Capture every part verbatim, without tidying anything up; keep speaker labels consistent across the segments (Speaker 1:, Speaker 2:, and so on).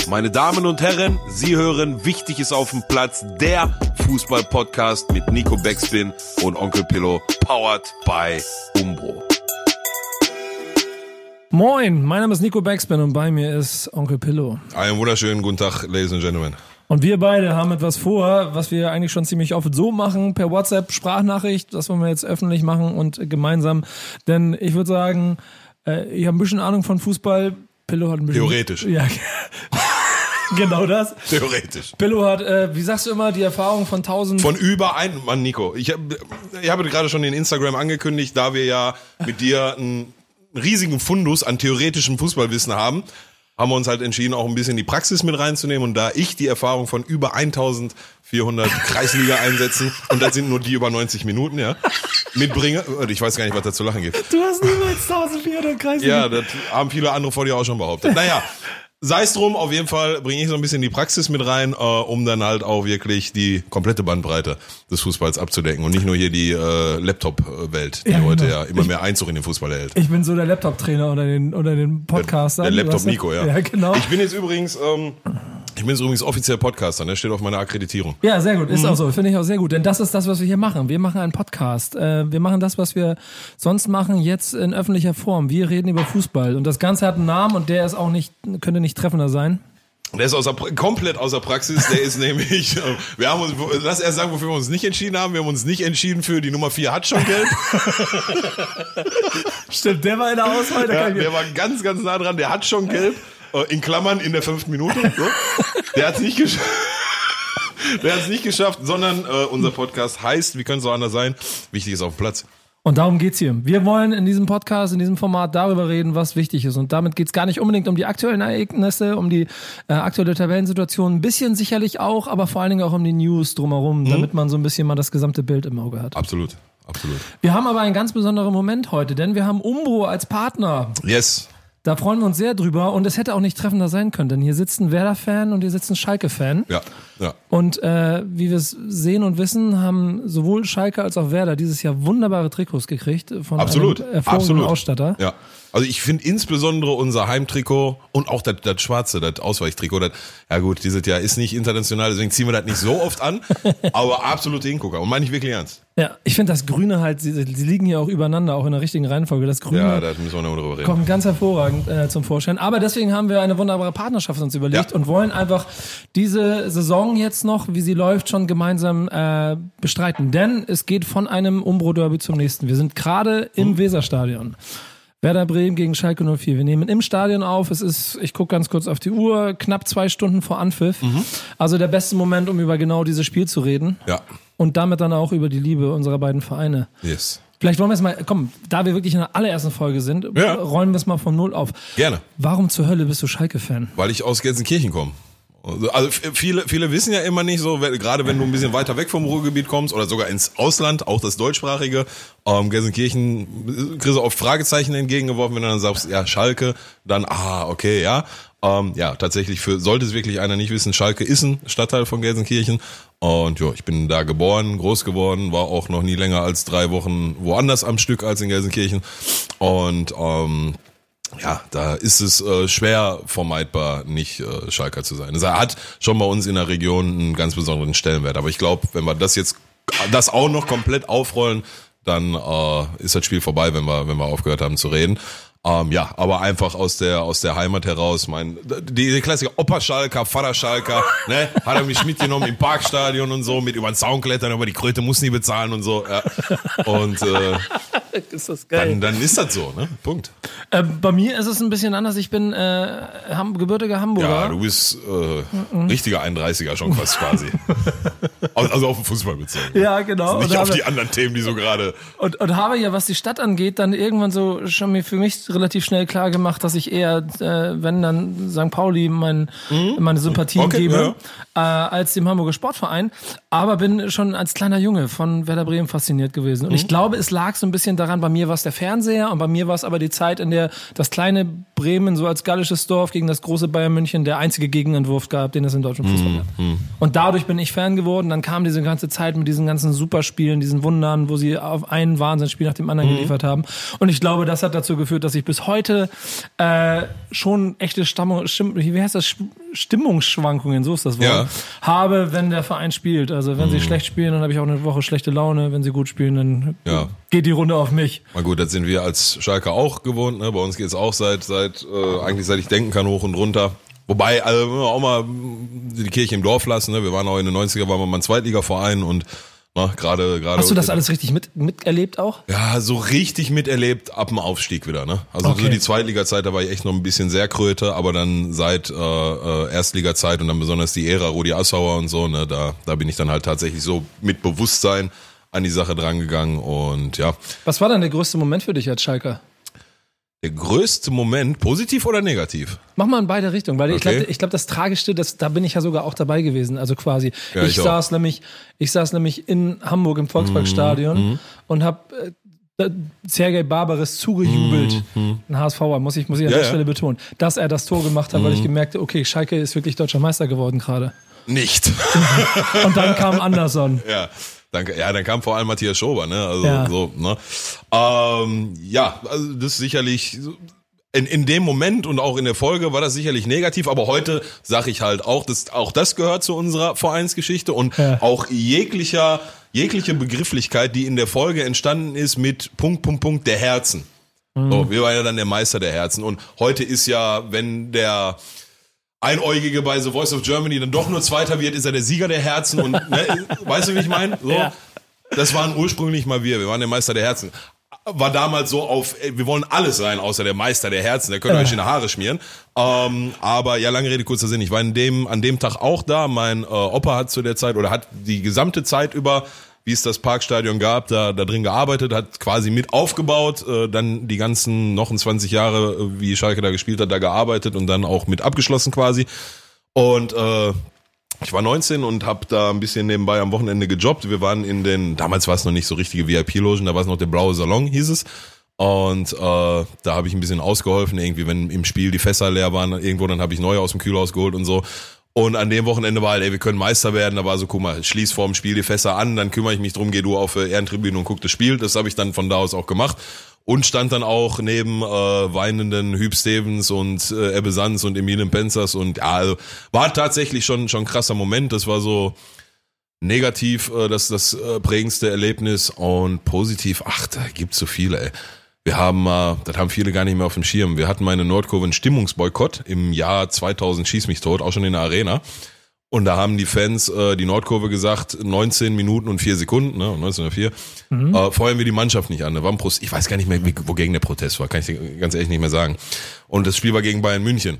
Speaker 1: Meine Damen und Herren, Sie hören Wichtig ist auf dem Platz, der Fußball-Podcast mit Nico Backspin und Onkel Pillow, powered by Umbro.
Speaker 2: Moin, mein Name ist Nico Backspin und bei mir ist Onkel Pillow.
Speaker 1: Einen wunderschönen guten Tag, Ladies and Gentlemen.
Speaker 2: Und wir beide haben etwas vor, was wir eigentlich schon ziemlich oft so machen, per WhatsApp, Sprachnachricht, das wollen wir jetzt öffentlich machen und gemeinsam. Denn ich würde sagen, ich habe ein bisschen Ahnung von Fußball, Pillow hat ein bisschen...
Speaker 1: Theoretisch.
Speaker 2: Ja, genau das.
Speaker 1: Theoretisch.
Speaker 2: Pillow hat, äh, wie sagst du immer, die Erfahrung von tausend...
Speaker 1: Von über ein... Mann, Nico, ich habe ich hab gerade schon in Instagram angekündigt, da wir ja mit dir einen riesigen Fundus an theoretischem Fußballwissen haben, haben wir uns halt entschieden, auch ein bisschen die Praxis mit reinzunehmen. Und da ich die Erfahrung von über eintausendvierhundert Kreisliga-Einsätzen, und das sind nur die über neunzig Minuten, ja, mitbringe, ich weiß gar nicht, was da zu lachen gibt.
Speaker 2: Du hast niemals eintausendvierhundert Kreisliga.
Speaker 1: Ja, das haben viele andere vor dir auch schon behauptet. Naja, sei es drum, auf jeden Fall bringe ich so ein bisschen die Praxis mit rein, äh, um dann halt auch wirklich die komplette Bandbreite des Fußballs abzudecken und nicht nur hier die äh, Laptop-Welt, die ja, heute genau. ja immer mehr Einzug in den Fußball erhält.
Speaker 2: Ich bin so der Laptop-Trainer oder den, oder den Podcaster.
Speaker 1: Der, der Laptop-Nico, ja.
Speaker 2: Ja, genau.
Speaker 1: Ich bin jetzt übrigens... Ähm, Ich bin jetzt übrigens offiziell Podcaster, ne? Steht auf meiner Akkreditierung.
Speaker 2: Ja, sehr gut, ist mhm. auch so, finde ich auch sehr gut, denn das ist das, was wir hier machen. Wir machen einen Podcast, äh, wir machen das, was wir sonst machen, jetzt in öffentlicher Form. Wir reden über Fußball und das Ganze hat einen Namen und der ist auch nicht, könnte nicht treffender sein.
Speaker 1: Der ist außer, komplett außer Praxis, der ist nämlich, wir haben uns, lass erst sagen, wofür wir uns nicht entschieden haben, wir haben uns nicht entschieden für die Nummer vier hat schon gelb.
Speaker 2: Stimmt, der war in der Auswahl.
Speaker 1: Ja, der war ganz, ganz nah dran, der hat schon gelb. In Klammern in der fünften Minute. So. Der hat es nicht geschafft. Der hat es nicht geschafft, sondern äh, unser Podcast heißt, wie könnte es auch anders sein, wichtig ist auf dem Platz.
Speaker 2: Und darum geht's hier. Wir wollen in diesem Podcast, in diesem Format darüber reden, was wichtig ist. Und damit geht's gar nicht unbedingt um die aktuellen Ereignisse, um die äh, aktuelle Tabellensituation, ein bisschen sicherlich auch, aber vor allen Dingen auch um die News drumherum, mhm. damit man so ein bisschen mal das gesamte Bild im Auge hat.
Speaker 1: Absolut, absolut.
Speaker 2: Wir haben aber einen ganz besonderen Moment heute, denn wir haben Umbro als Partner.
Speaker 1: Yes.
Speaker 2: Da freuen wir uns sehr drüber und es hätte auch nicht treffender sein können, denn hier sitzt ein Werder-Fan und hier sitzt ein Schalke-Fan.
Speaker 1: Ja, ja.
Speaker 2: Und äh, wie wir es sehen und wissen, haben sowohl Schalke als auch Werder dieses Jahr wunderbare Trikots gekriegt von
Speaker 1: absolut,
Speaker 2: einem hervorragenden
Speaker 1: absolut.
Speaker 2: Ausstatter.
Speaker 1: Ja. Also ich finde insbesondere unser Heimtrikot und auch das, das schwarze, das Ausweichtrikot, das, ja gut, dieses Jahr ist nicht international, deswegen ziehen wir das nicht so oft an, aber absolute Hingucker und meine ich wirklich ernst.
Speaker 2: Ja, ich finde das Grüne halt, sie, sie liegen hier auch übereinander, auch in der richtigen Reihenfolge. Das Grüne
Speaker 1: ja, da müssen wir noch drüber reden.
Speaker 2: Kommt ganz hervorragend äh, zum Vorschein. Aber deswegen haben wir eine wunderbare Partnerschaft uns überlegt ja. und wollen einfach diese Saison jetzt noch, wie sie läuft, schon gemeinsam äh, bestreiten. Denn es geht von einem Umbro-Derby zum nächsten. Wir sind gerade im hm. Weserstadion. Werder Bremen gegen Schalke null vier. Wir nehmen im Stadion auf. Es ist, ich gucke ganz kurz auf die Uhr, knapp zwei Stunden vor Anpfiff. Mhm. Also der beste Moment, um über genau dieses Spiel zu reden.
Speaker 1: Ja.
Speaker 2: Und damit dann auch über die Liebe unserer beiden Vereine.
Speaker 1: Yes.
Speaker 2: Vielleicht wollen wir es mal, komm, da wir wirklich in der allerersten Folge sind, ja. räumen wir es mal von Null auf.
Speaker 1: Gerne.
Speaker 2: Warum zur Hölle bist du Schalke-Fan?
Speaker 1: Weil ich aus Gelsenkirchen komme. Also viele, viele wissen ja immer nicht so, gerade wenn du ein bisschen weiter weg vom Ruhrgebiet kommst oder sogar ins Ausland, auch das deutschsprachige, ähm, Gelsenkirchen, kriegst du oft Fragezeichen entgegengeworfen, wenn du dann sagst, ja, Schalke, dann, ah, okay, ja. Ähm, ja, tatsächlich, für sollte es wirklich einer nicht wissen, Schalke ist ein Stadtteil von Gelsenkirchen und ja, ich bin da geboren, groß geworden, war auch noch nie länger als drei Wochen woanders am Stück als in Gelsenkirchen und ähm, ja, da ist es äh, schwer vermeidbar, nicht äh, Schalker zu sein. Er hat schon bei uns in der Region einen ganz besonderen Stellenwert. Aber ich glaube, wenn wir das jetzt, das auch noch komplett aufrollen, dann äh, ist das Spiel vorbei, wenn wir, wenn wir aufgehört haben zu reden. Ähm, ja, aber einfach aus der aus der Heimat heraus, mein die, die Klassiker Opa Schalker, Vater Schalker, ne, hat er mich mitgenommen im Parkstadion und so, mit über den Zaun klettern, aber die Kröte muss nie bezahlen und so. Ja. Und äh,
Speaker 2: ist das geil.
Speaker 1: Dann, dann ist das so, ne? Punkt.
Speaker 2: Äh, bei mir ist es ein bisschen anders. Ich bin äh, Ham- gebürtiger Hamburger.
Speaker 1: Ja, du bist äh, mhm. richtiger einunddreißiger schon fast quasi. Also auf den Fußball bezogen.
Speaker 2: Ja, genau.
Speaker 1: Also nicht
Speaker 2: und
Speaker 1: auf
Speaker 2: habe,
Speaker 1: die anderen Themen, die so gerade...
Speaker 2: Und, und habe ja, was die Stadt angeht, dann irgendwann so schon mir für mich relativ schnell klar gemacht, dass ich eher, äh, wenn dann Sankt Pauli mein, mhm. meine Sympathien
Speaker 1: okay,
Speaker 2: gebe,
Speaker 1: ja.
Speaker 2: äh, als dem Hamburger Sportverein. Aber bin schon als kleiner Junge von Werder Bremen fasziniert gewesen. Und mhm. ich glaube, es lag so ein bisschen daran, bei mir war es der Fernseher und bei mir war es aber die Zeit, in der das kleine Bremen so als gallisches Dorf gegen das große Bayern München der einzige Gegenentwurf gab, den es im deutschen Fußball gab. Mhm. Und dadurch bin ich Fan geworden. Dann kam diese ganze Zeit mit diesen ganzen Superspielen, diesen Wundern, wo sie auf einen Wahnsinnsspiel nach dem anderen mhm. geliefert haben. Und ich glaube, das hat dazu geführt, dass ich bis heute äh, schon echte Stammung, Stimm, wie heißt das? Stimmungsschwankungen, so ist das Wort, ja. habe, wenn der Verein spielt. Also wenn mhm. sie schlecht spielen, dann habe ich auch eine Woche schlechte Laune. Wenn sie gut spielen, dann ja. geht die Runde auf mich.
Speaker 1: Na gut, das sind wir als Schalker auch gewohnt. Ne? Bei uns geht es auch seit, seit äh, eigentlich seit ich denken kann, hoch und runter. Wobei, also auch mal die Kirche im Dorf lassen. Ne? Wir waren auch in den neunziger, waren wir mal ein Zweitligaverein und na, gerade, gerade.
Speaker 2: Hast du das alles richtig mit, miterlebt auch?
Speaker 1: Ja, so richtig miterlebt ab dem Aufstieg wieder. Ne? Also okay. so die Zweitliga-Zeit, da war ich echt noch ein bisschen sehr Kröte, aber dann seit äh, Erstliga-Zeit und dann besonders die Ära Rudi Assauer und so, ne, da, da bin ich dann halt tatsächlich so mit Bewusstsein an die Sache drangegangen und ja.
Speaker 2: Was war dann der größte Moment für dich als Schalker?
Speaker 1: Der größte Moment, positiv oder negativ?
Speaker 2: Mach mal in beide Richtungen, weil okay. ich glaube, ich glaube, das Tragischste, das, da bin ich ja sogar auch dabei gewesen, also quasi. Ja, ich, ich saß nämlich, ich saß nämlich in Hamburg im Volksparkstadion mhm. und habe äh, Sergej Barbares zugejubelt, mhm. ein HSVer, muss ich, muss ich an ja, der ja. Stelle betonen, dass er das Tor gemacht hat, mhm. weil ich gemerkt habe, okay, Schalke ist wirklich deutscher Meister geworden gerade.
Speaker 1: Nicht.
Speaker 2: Und dann kam Anderson.
Speaker 1: Ja. Dann, ja, dann kam vor allem Matthias Schober, ne? Also ja. so, ne? Ähm, ja, also das ist sicherlich in, in dem Moment und auch in der Folge war das sicherlich negativ, aber heute sage ich halt auch, dass auch das gehört zu unserer Vereinsgeschichte und ja. auch jeglicher jegliche Begrifflichkeit, die in der Folge entstanden ist mit Punkt Punkt Punkt der Herzen. Mhm. So, wir waren ja dann der Meister der Herzen und heute ist ja, wenn der Einäugige bei The Voice of Germany dann doch nur Zweiter wird, ist er der Sieger der Herzen und ne, weißt du, wie ich meine? So, ja. Das waren ursprünglich mal wir, wir waren der Meister der Herzen. War damals so auf, wir wollen alles sein, außer der Meister der Herzen, da könnt ihr ja. euch in die Haare schmieren. Ähm, aber ja, lange Rede, kurzer Sinn, ich war in dem, an dem Tag auch da, mein äh, Opa hat zu der Zeit oder hat die gesamte Zeit über, wie es das Parkstadion gab, da, da drin gearbeitet, hat quasi mit aufgebaut, äh, dann die ganzen noch zwanzig Jahre, wie Schalke da gespielt hat, da gearbeitet und dann auch mit abgeschlossen quasi. Und äh, ich war neunzehn und habe da ein bisschen nebenbei am Wochenende gejobbt. Wir waren in den, damals war es noch nicht so richtige V I P-Logen, da war es noch der blaue Salon, hieß es. Und äh, da habe ich ein bisschen ausgeholfen, irgendwie, wenn im Spiel die Fässer leer waren, irgendwo, dann habe ich neue aus dem Kühlhaus geholt und so. Und an dem Wochenende war halt, ey, wir können Meister werden. Da war so, guck mal, schließ vorm Spiel die Fässer an, dann kümmere ich mich drum, geh du auf Ehrentribüne und guck das Spiel. Das habe ich dann von da aus auch gemacht. Und stand dann auch neben äh, weinenden Hüb Stevens und äh, Ebbe Sanz und Emilien Penzers. Und ja, also war tatsächlich schon schon ein krasser Moment. Das war so negativ äh, das, das äh, prägendste Erlebnis. Und positiv, ach, da gibt's so viele, ey. Wir haben, äh, das haben viele gar nicht mehr auf dem Schirm. Wir hatten mal in der Nordkurve einen Stimmungsboykott im Jahr zweitausend, schieß mich tot, auch schon in der Arena. Und da haben die Fans, äh, die Nordkurve gesagt, neunzehn Minuten und vier Sekunden, ne, neunzehn Uhr vier, mhm. äh, feuern wir die Mannschaft nicht an. Da war ein Prost, ich weiß gar nicht mehr, wie, wogegen der Protest war, kann ich dir ganz ehrlich nicht mehr sagen. Und das Spiel war gegen Bayern München.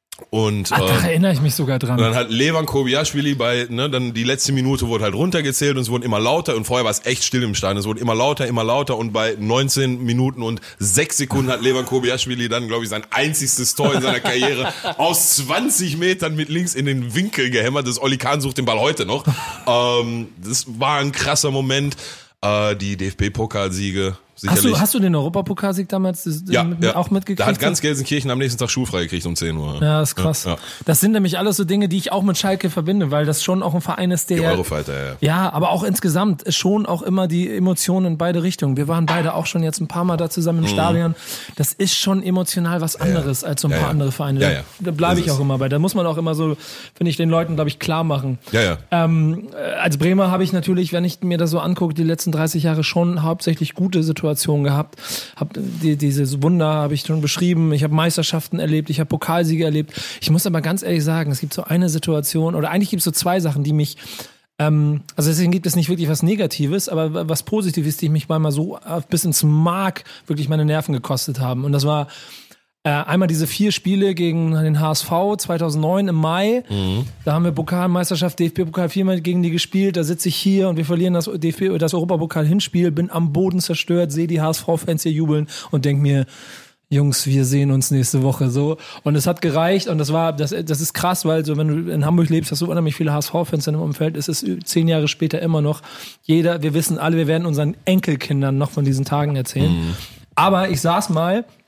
Speaker 1: Und,
Speaker 2: Ach, da äh, erinnere ich mich sogar dran.
Speaker 1: Und dann hat Levan Kobiaschwili bei, ne, dann die letzte Minute wurde halt runtergezählt und es wurden immer lauter und vorher war es echt still im Stadion. Es wurde immer lauter, immer lauter und bei neunzehn Minuten und sechs Sekunden hat Levan Kobiaschwili dann, glaube ich, sein einziges Tor in seiner Karriere aus zwanzig Metern mit links in den Winkel gehämmert. Das Oli Kahn sucht den Ball heute noch. ähm, das war ein krasser Moment. Äh, die D F B-Pokalsiege.
Speaker 2: Hast du, hast du den Europapokalsieg damals das,
Speaker 1: ja,
Speaker 2: mit,
Speaker 1: ja.
Speaker 2: auch mitgekriegt?
Speaker 1: Da hat ganz Gelsenkirchen am nächsten Tag schulfrei gekriegt um zehn Uhr.
Speaker 2: Ja, das ist krass. Ja, ja. Das sind nämlich alles so Dinge, die ich auch mit Schalke verbinde, weil das schon auch ein Verein ist, der...
Speaker 1: Die Eurofighter, ja.
Speaker 2: Ja, aber auch insgesamt ist schon auch immer die Emotionen in beide Richtungen. Wir waren beide auch schon jetzt ein paar Mal da zusammen im mhm. Stadion. Das ist schon emotional was anderes ja, ja. als so ein paar ja, ja. andere Vereine.
Speaker 1: Ja, ja.
Speaker 2: Da bleibe ich auch immer bei. Da muss man auch immer so, finde ich, den Leuten, glaube ich, klar machen.
Speaker 1: Ja, ja.
Speaker 2: Ähm, als Bremer habe ich natürlich, wenn ich mir das so angucke, die letzten dreißig Jahre schon hauptsächlich gute Situationen gehabt. Hab die, diese Wunder habe ich schon beschrieben. Ich habe Meisterschaften erlebt, ich habe Pokalsiege erlebt. Ich muss aber ganz ehrlich sagen, es gibt so eine Situation, oder eigentlich gibt es so zwei Sachen, die mich, ähm, also deswegen gibt es nicht wirklich was Negatives, aber was Positives, die mich mal so bis ins Mark wirklich meine Nerven gekostet haben. Und das war Äh, einmal diese vier Spiele gegen den H S V zweitausendneun im Mai. Mhm. Da haben wir Pokalmeisterschaft, D F B-Pokal viermal gegen die gespielt. Da sitze ich hier und wir verlieren das D F B, das Europapokal-Hinspiel. Bin am Boden zerstört, sehe die H S V-Fans hier jubeln und denke mir, Jungs, wir sehen uns nächste Woche so. Und es hat gereicht und das war, das, das ist krass, weil so, wenn du in Hamburg lebst, hast du unheimlich viele H S V-Fans in dem Umfeld. Es ist zehn Jahre später immer noch jeder, wir wissen alle, wir werden unseren Enkelkindern noch von diesen Tagen erzählen. Mhm. Aber ich saß mal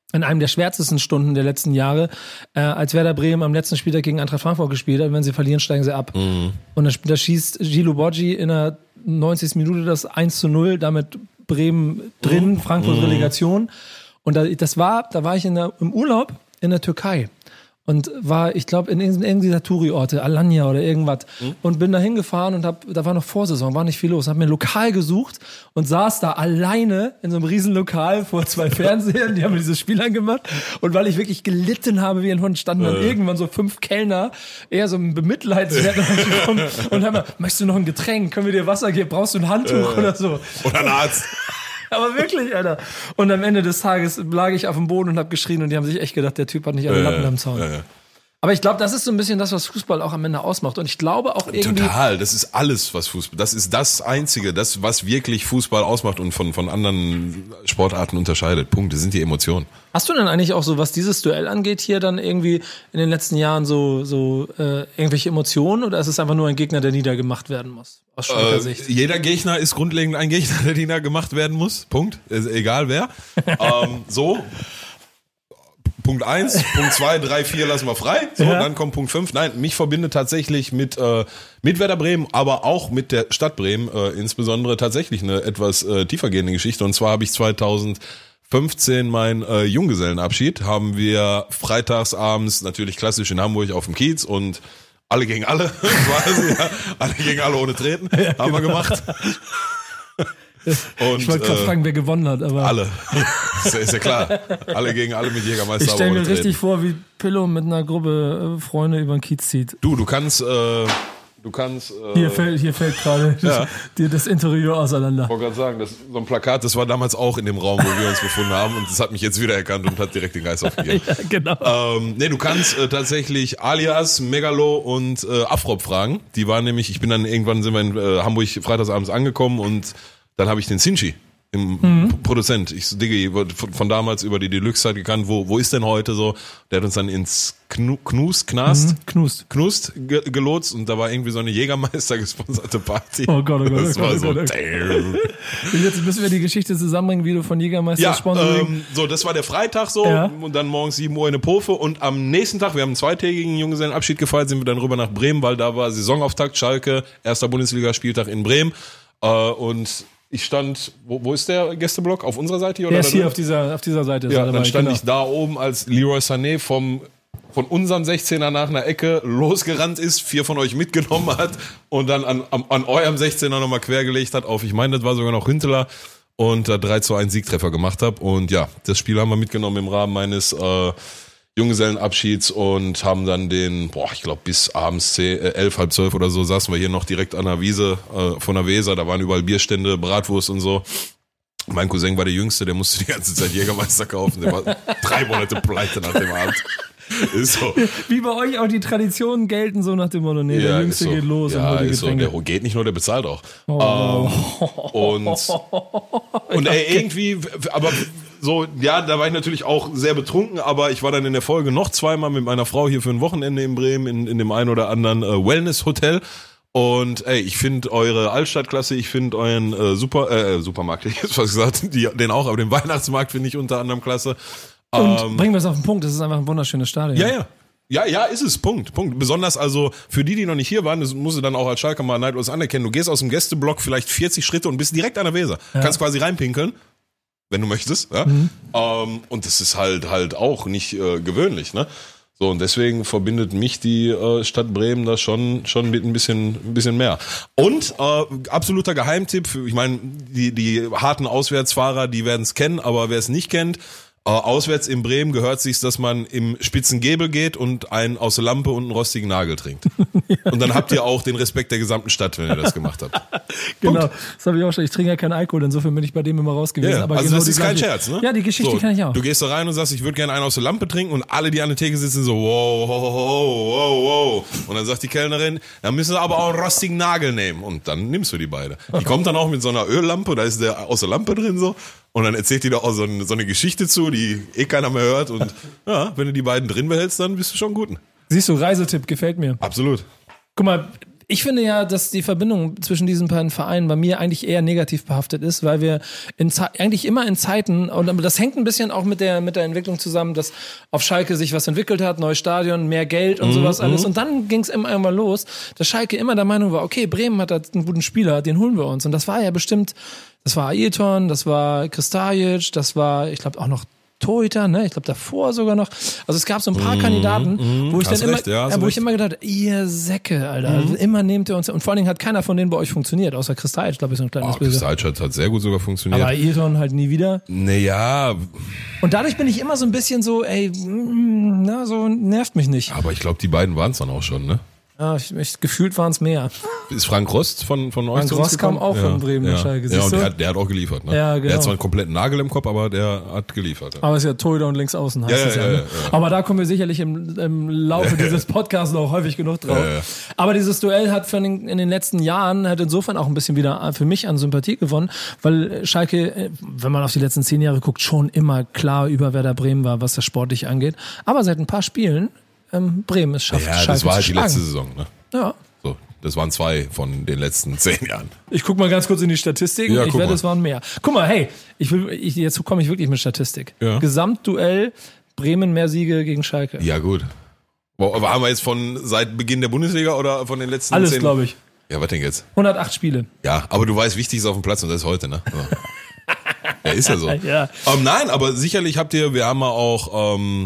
Speaker 2: in einem der schwärzesten Stunden der letzten Jahre, äh, als Werder Bremen am letzten Spieltag gegen Eintracht Frankfurt gespielt hat. Wenn sie verlieren, steigen sie ab. Mhm. Und da, da schießt Gilo Boggi in der neunzigsten Minute das eins zu null, damit Bremen drin, mhm. Frankfurt mhm. Relegation. Und da, das war, da war ich in der, im Urlaub in der Türkei. Und war, ich glaube, in irgendeiner dieser Touri-Orte, Alanya oder irgendwas. Mhm. Und bin da hingefahren und hab, da war noch Vorsaison, war nicht viel los. Hab mir ein Lokal gesucht und saß da alleine in so einem riesen Lokal vor zwei Fernsehern. Die haben mir dieses Spiel angemacht. Und weil ich wirklich gelitten habe wie ein Hund, standen dann äh. irgendwann so fünf Kellner, eher so ein Bemitleidswert und haben gesagt, möchtest du noch ein Getränk? Können wir dir Wasser geben? Brauchst du ein Handtuch äh. oder so?
Speaker 1: Oder ein Arzt.
Speaker 2: Aber wirklich, Alter. Und am Ende des Tages lag ich auf dem Boden und hab geschrien und die haben sich echt gedacht, der Typ hat nicht alle Lappen am Zaun. Ja, ja. Aber ich glaube, das ist so ein bisschen das, was Fußball auch am Ende ausmacht. Und ich glaube auch irgendwie...
Speaker 1: Total, das ist alles, was Fußball... Das ist das Einzige, das, was wirklich Fußball ausmacht und von, von anderen Sportarten unterscheidet. Punkt, das sind die Emotionen.
Speaker 2: Hast du denn eigentlich auch so, was dieses Duell angeht, hier dann irgendwie in den letzten Jahren so, so äh, irgendwelche Emotionen? Oder ist es einfach nur ein Gegner, der niedergemacht werden muss? Aus Schalker äh, Sicht.
Speaker 1: Jeder Gegner ist grundlegend ein Gegner, der niedergemacht werden muss. Punkt. Ist egal wer. ähm, so... Punkt eins, Punkt zwei, drei, vier lassen wir frei. So, ja. Dann kommt Punkt fünf. Nein, mich verbindet tatsächlich mit, äh, mit Werder Bremen, aber auch mit der Stadt Bremen, äh, insbesondere tatsächlich eine etwas äh, tiefergehende Geschichte. Und zwar habe ich zweitausendfünfzehn meinen äh, Junggesellenabschied, haben wir freitagsabends natürlich klassisch in Hamburg auf dem Kiez und alle gegen alle, quasi, ja. Alle gegen alle ohne Treten, ja, haben wir gemacht. Und,
Speaker 2: ich wollte gerade äh, fragen, wer gewonnen hat, aber...
Speaker 1: Alle. Ist, ist ja klar. Alle gegen alle mit Jägermeister.
Speaker 2: Ich stelle mir richtig vor, wie Pillow mit einer Gruppe äh, Freunde über den Kiez zieht.
Speaker 1: Du, du kannst... Äh, du kannst... Äh,
Speaker 2: hier fällt, hier fällt gerade ja. dir das Interieur auseinander.
Speaker 1: Ich wollte gerade sagen, das, so ein Plakat, das war damals auch in dem Raum, wo wir uns befunden haben und das hat mich jetzt wiedererkannt und hat direkt den Geist aufgegeben. Ja, genau. Ähm, nee, du kannst äh, tatsächlich Alias, Megalo und äh, Afrop fragen. Die waren nämlich... Ich bin dann irgendwann, sind wir in äh, Hamburg freitagsabends angekommen und... Dann habe ich den Sinchi, im mhm. Produzent. Ich so, Digga, von, von damals über die Deluxe-Zeit gekannt, wo, wo ist denn heute so? Der hat uns dann ins Knu, Knust, Knast,
Speaker 2: mhm. Knust,
Speaker 1: Knust ge, gelotst und da war irgendwie so eine Jägermeister gesponserte Party.
Speaker 2: Oh Gott, oh Gott,
Speaker 1: das
Speaker 2: oh
Speaker 1: war
Speaker 2: Gott,
Speaker 1: so,
Speaker 2: oh Gott. Jetzt müssen wir die Geschichte zusammenbringen, wie du von Jägermeister
Speaker 1: ja,
Speaker 2: Sponsoring.
Speaker 1: Ähm, so, das war der Freitag so ja. Und dann morgens sieben Uhr in eine Pofe und am nächsten Tag, wir haben einen zweitägigen Junggesellenabschied gefeiert, sind wir dann rüber nach Bremen, weil da war Saisonauftakt, Schalke, erster Bundesligaspieltag in Bremen äh, und ich stand, wo, wo ist der Gästeblock? Auf unserer Seite? Oder
Speaker 2: der ist hier auf dieser, auf dieser Seite.
Speaker 1: Ja, dann stand genau. ich da oben, als Leroy Sané vom, von unserem sechzehner nach einer Ecke losgerannt ist, vier von euch mitgenommen hat und dann an, an, an eurem sechzehner nochmal quergelegt hat auf, ich meine, das war sogar noch Hünteler und da drei zu eins Siegtreffer gemacht habe. Und ja, das Spiel haben wir mitgenommen im Rahmen meines äh, Junggesellenabschieds und haben dann den, boah, ich glaube bis abends zehn, äh, elf, halb zwölf oder so saßen wir hier noch direkt an der Wiese äh, von der Weser, da waren überall Bierstände, Bratwurst und so. Mein Cousin war der Jüngste, der musste die ganze Zeit Jägermeister kaufen, der war drei Monate pleite nach dem Abend. Ist so.
Speaker 2: Wie bei euch auch die Traditionen gelten, so nach dem Motto, nee, der ja, Jüngste so. geht los.
Speaker 1: Ja, und ist so. Der geht nicht nur, der bezahlt auch. Oh. Ähm, und und ey, irgendwie, aber so, ja, da war ich natürlich auch sehr betrunken, aber ich war dann in der Folge noch zweimal mit meiner Frau hier für ein Wochenende in Bremen, in, in dem einen oder anderen äh, Wellness-Hotel. Und ey, ich finde eure Altstadtklasse, ich finde euren äh, Super, äh, Supermarkt, ich hab's fast gesagt, die, den auch, aber den Weihnachtsmarkt finde ich unter anderem klasse.
Speaker 2: Und ähm, bringen wir es auf den Punkt, das ist einfach ein wunderschönes Stadion.
Speaker 1: Ja, ja. Ja, ja, ist es. Punkt. Punkt. Besonders also für die, die noch nicht hier waren, das musst du dann auch als Schalker mal neidlos anerkennen. Du gehst aus dem Gästeblock vielleicht vierzig Schritte und bist direkt an der Weser. Ja. Kannst quasi reinpinkeln, wenn du möchtest. Ja? Mhm. Ähm, und das ist halt halt auch nicht äh, gewöhnlich, ne? So, und deswegen verbindet mich die äh, Stadt Bremen da schon schon mit ein bisschen ein bisschen mehr. Und äh, absoluter Geheimtipp, für, ich meine, die die harten Auswärtsfahrer, die werden es kennen, aber wer es nicht kennt, Äh, auswärts in Bremen gehört sich's, dass man im spitzen Gebel geht und einen aus der Lampe und einen rostigen Nagel trinkt. Ja. Und dann habt ihr auch den Respekt der gesamten Stadt, wenn ihr das gemacht habt.
Speaker 2: Genau, Punkt. Das habe ich auch schon. Ich trinke ja keinen Alkohol, insofern bin ich bei dem immer raus gewesen.
Speaker 1: Ja,
Speaker 2: aber
Speaker 1: also
Speaker 2: genau
Speaker 1: das ist kein
Speaker 2: gleiche,
Speaker 1: Scherz, ne?
Speaker 2: Ja, die Geschichte
Speaker 1: so,
Speaker 2: kann ich auch.
Speaker 1: Du gehst da rein und sagst, ich würde gerne einen aus der Lampe trinken und alle, die an der Theke sitzen, so wow, wow, wow, wow, wow. Und dann sagt die Kellnerin, dann müssen wir aber auch einen rostigen Nagel nehmen. Und dann nimmst du die beide. Die kommt dann auch mit so einer Öllampe, da ist der aus der Lampe drin so. Und dann erzählt die da auch so eine, so eine Geschichte zu, die eh keiner mehr hört. Und ja, wenn du die beiden drin behältst, dann bist du schon gut.
Speaker 2: Siehst du, Reisetipp, gefällt mir.
Speaker 1: Absolut.
Speaker 2: Guck mal, ich finde ja, dass die Verbindung zwischen diesen beiden Vereinen bei mir eigentlich eher negativ behaftet ist, weil wir in Ze- eigentlich immer in Zeiten, und das hängt ein bisschen auch mit der mit der Entwicklung zusammen, dass auf Schalke sich was entwickelt hat, neues Stadion, mehr Geld und mhm, sowas alles. Und dann ging es immer einmal los, dass Schalke immer der Meinung war, okay, Bremen hat da einen guten Spieler, den holen wir uns. Und das war ja bestimmt, das war Ailton, das war Kristajic, das war, ich glaube auch noch Torhüter, ne? Ich glaube davor sogar noch. Also es gab so ein paar
Speaker 1: mm,
Speaker 2: Kandidaten,
Speaker 1: mm,
Speaker 2: wo ich dann immer,
Speaker 1: recht, ja,
Speaker 2: ja, wo
Speaker 1: recht.
Speaker 2: ich immer gedacht habe, ihr Säcke, Alter. Mm. Also immer nehmt ihr uns, und vor allen Dingen hat keiner von denen bei euch funktioniert, außer Kristajic, glaube ich, so ein kleines
Speaker 1: Oh, Kristajic hat, hat sehr gut sogar funktioniert.
Speaker 2: Aber Ailton halt nie wieder.
Speaker 1: Naja.
Speaker 2: Und dadurch bin ich immer so ein bisschen so, ey, mm, na, so nervt mich nicht.
Speaker 1: Aber ich glaube, die beiden waren es dann auch schon, ne?
Speaker 2: Ja, ich, ich, gefühlt waren es mehr.
Speaker 1: Ist Frank Rost von, von euch
Speaker 2: Frank
Speaker 1: zu uns
Speaker 2: Rost kam
Speaker 1: gekommen?
Speaker 2: auch von Bremen,
Speaker 1: ja.
Speaker 2: Schalke.
Speaker 1: Ja, und
Speaker 2: du?
Speaker 1: der hat, der hat auch geliefert. Ne?
Speaker 2: Ja, genau.
Speaker 1: Der hat zwar einen kompletten Nagel im Kopf, aber der hat geliefert. Ja.
Speaker 2: Aber es ist ja Torhüter und links außen, heißt
Speaker 1: Ja,
Speaker 2: es ja.
Speaker 1: ja,
Speaker 2: ne?
Speaker 1: ja, ja.
Speaker 2: Aber da kommen wir sicherlich im, im Laufe dieses Podcasts noch häufig genug drauf.
Speaker 1: Ja, ja.
Speaker 2: Aber dieses Duell hat für den, in den letzten Jahren hat insofern auch ein bisschen wieder für mich an Sympathie gewonnen, weil Schalke, wenn man auf die letzten zehn Jahre guckt, schon immer klar über Werder Bremen war, was das sportlich angeht. Aber seit ein paar Spielen ähm, Bremen es schafft,
Speaker 1: Ja,
Speaker 2: Schalke
Speaker 1: das war halt
Speaker 2: zu
Speaker 1: die
Speaker 2: schlagen.
Speaker 1: letzte Saison. Ne?
Speaker 2: Ja.
Speaker 1: So, das waren zwei von den letzten zehn Jahren.
Speaker 2: Ich guck mal ganz kurz in die Statistiken.
Speaker 1: Ja,
Speaker 2: ich
Speaker 1: guck
Speaker 2: wette,
Speaker 1: mal.
Speaker 2: es waren mehr. Guck mal, hey, ich will, ich, jetzt komme ich wirklich mit Statistik.
Speaker 1: Ja.
Speaker 2: Gesamtduell, Bremen mehr Siege gegen Schalke.
Speaker 1: Ja, gut. Boah, aber haben wir jetzt von seit Beginn der Bundesliga oder von den letzten
Speaker 2: Alles,
Speaker 1: zehn?
Speaker 2: glaube ich.
Speaker 1: Ja, was denn jetzt?
Speaker 2: hundertacht Spiele.
Speaker 1: Ja, aber du weißt, wichtig ist auf dem Platz und das ist heute, ne? So. Ja, ist ja so.
Speaker 2: Ja.
Speaker 1: Ähm, nein, aber sicherlich habt ihr, wir haben ja auch, ähm,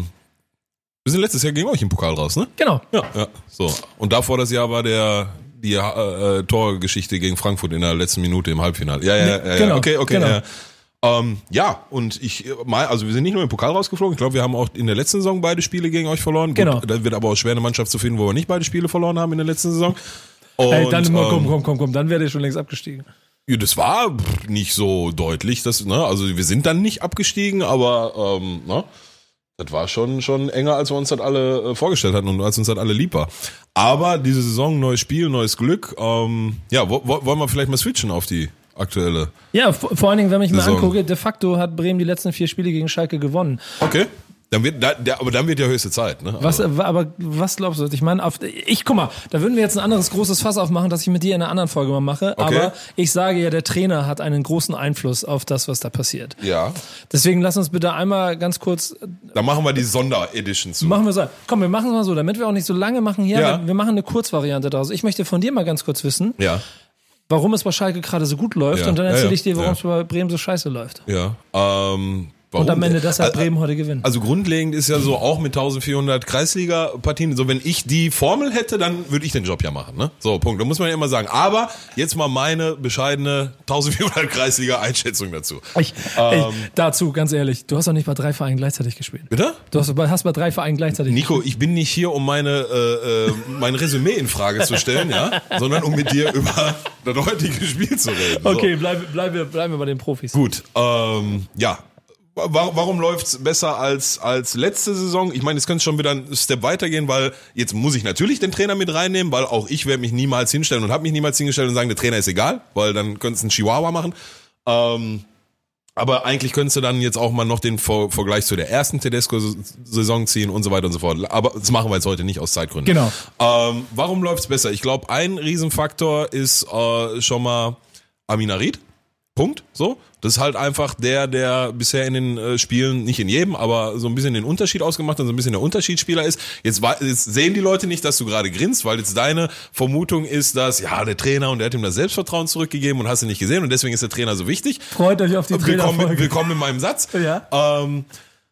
Speaker 1: wir sind letztes Jahr gegen euch im Pokal raus, ne?
Speaker 2: Genau.
Speaker 1: Ja, ja. So. Und davor das Jahr war der die äh, Torgeschichte gegen Frankfurt in der letzten Minute im Halbfinale. Ja, ja, ja, ja.
Speaker 2: Genau,
Speaker 1: Okay, okay.
Speaker 2: genau.
Speaker 1: Ja. Ähm, ja, und ich mal, also wir sind nicht nur im Pokal rausgeflogen, ich glaube, wir haben auch in der letzten Saison beide Spiele gegen euch verloren. Gut,
Speaker 2: Genau.
Speaker 1: da wird aber auch schwer, eine Mannschaft zu finden, wo wir nicht beide Spiele verloren haben in der letzten Saison. Und,
Speaker 2: Ey, dann mal, komm,
Speaker 1: ähm,
Speaker 2: komm, komm, komm, dann wäre der schon längst abgestiegen.
Speaker 1: Ja, das war pff, nicht so deutlich, das, ne, also wir sind dann nicht abgestiegen, aber ähm, ne, das war schon schon enger, als wir uns das alle äh, vorgestellt hatten und als uns das alle lieb war. Aber diese Saison, neues Spiel, neues Glück. Ähm, ja, wo, wo, wollen wir vielleicht mal switchen auf die aktuelle?
Speaker 2: Ja, vor, vor allen Dingen, wenn ich mir
Speaker 1: Saison.
Speaker 2: angucke, de facto hat Bremen die letzten vier Spiele gegen Schalke gewonnen.
Speaker 1: Okay. Dann wird, da, der, aber dann wird ja höchste Zeit, ne?
Speaker 2: Was,
Speaker 1: Also,
Speaker 2: aber was glaubst du? Ich meine, auf, ich guck mal, da würden wir jetzt ein anderes großes Fass aufmachen, das ich mit dir in einer anderen Folge mal mache.
Speaker 1: Okay.
Speaker 2: Aber ich sage ja, der Trainer hat einen großen Einfluss auf das, was da passiert.
Speaker 1: ja.
Speaker 2: Deswegen lass uns bitte einmal ganz kurz,
Speaker 1: Dann machen wir die Sonderedition zu.
Speaker 2: machen wir so. Komm, wir machen es mal so, damit wir auch nicht so lange machen hier.
Speaker 1: Ja.
Speaker 2: Wir, wir machen eine Kurzvariante daraus. Ich möchte von dir mal ganz kurz wissen,
Speaker 1: Ja.
Speaker 2: warum es bei Schalke gerade so gut läuft,
Speaker 1: Ja.
Speaker 2: und dann
Speaker 1: Ja,
Speaker 2: erzähle
Speaker 1: ja.
Speaker 2: ich dir, warum
Speaker 1: Ja.
Speaker 2: es bei Bremen so scheiße läuft.
Speaker 1: Ja. Ähm, warum?
Speaker 2: Und am Ende deshalb
Speaker 1: Also,
Speaker 2: Bremen heute gewinnen.
Speaker 1: Also grundlegend ist ja so, auch mit eintausendvierhundert Kreisliga-Partien, so wenn ich die Formel hätte, dann würde ich den Job ja machen, ne? So, Punkt. Da muss man ja immer sagen. Aber jetzt mal meine bescheidene eintausendvierhundert Kreisliga-Einschätzung dazu.
Speaker 2: Ich,
Speaker 1: Ähm.
Speaker 2: ich, dazu, ganz ehrlich, du hast doch nicht bei drei Vereinen gleichzeitig gespielt.
Speaker 1: Bitte?
Speaker 2: Du hast, hast bei drei Vereinen gleichzeitig
Speaker 1: Nico, ich bin nicht hier, um meine äh, äh, mein Resümee in Frage zu stellen, ja, sondern um mit dir über das heutige Spiel zu reden. So.
Speaker 2: Okay, bleiben bleib, wir- bleiben wir bei den Profis.
Speaker 1: Gut, ähm, ja. Warum, warum läuft's besser als als letzte Saison? Ich meine, jetzt könnte es schon wieder einen Step weitergehen, weil jetzt muss ich natürlich den Trainer mit reinnehmen, weil auch ich werde mich niemals hinstellen und habe mich niemals hingestellt und sagen, der Trainer ist egal, weil dann könntest du einen Chihuahua machen. Ähm, aber eigentlich könntest du dann jetzt auch mal noch den Ver- Vergleich zu der ersten Tedesco-Saison ziehen und so weiter und so fort. Aber das machen wir jetzt heute nicht aus Zeitgründen.
Speaker 2: Genau.
Speaker 1: Ähm, warum läuft's besser? Ich glaube, ein Riesenfaktor ist äh, schon mal Aminarit. Punkt. So. Das ist halt einfach der, der bisher in den äh, Spielen, nicht in jedem, aber so ein bisschen den Unterschied ausgemacht hat, so ein bisschen der Unterschiedsspieler ist. Jetzt, wa- jetzt sehen die Leute nicht, dass du gerade grinst, weil jetzt deine Vermutung ist, dass, ja, der Trainer und der hat ihm das Selbstvertrauen zurückgegeben und hast du nicht gesehen und deswegen ist der Trainer so wichtig.
Speaker 2: Freut euch auf die
Speaker 1: Willkommen,
Speaker 2: Trainerfolge.
Speaker 1: willkommen in meinem Satz.
Speaker 2: Ja.
Speaker 1: Ähm,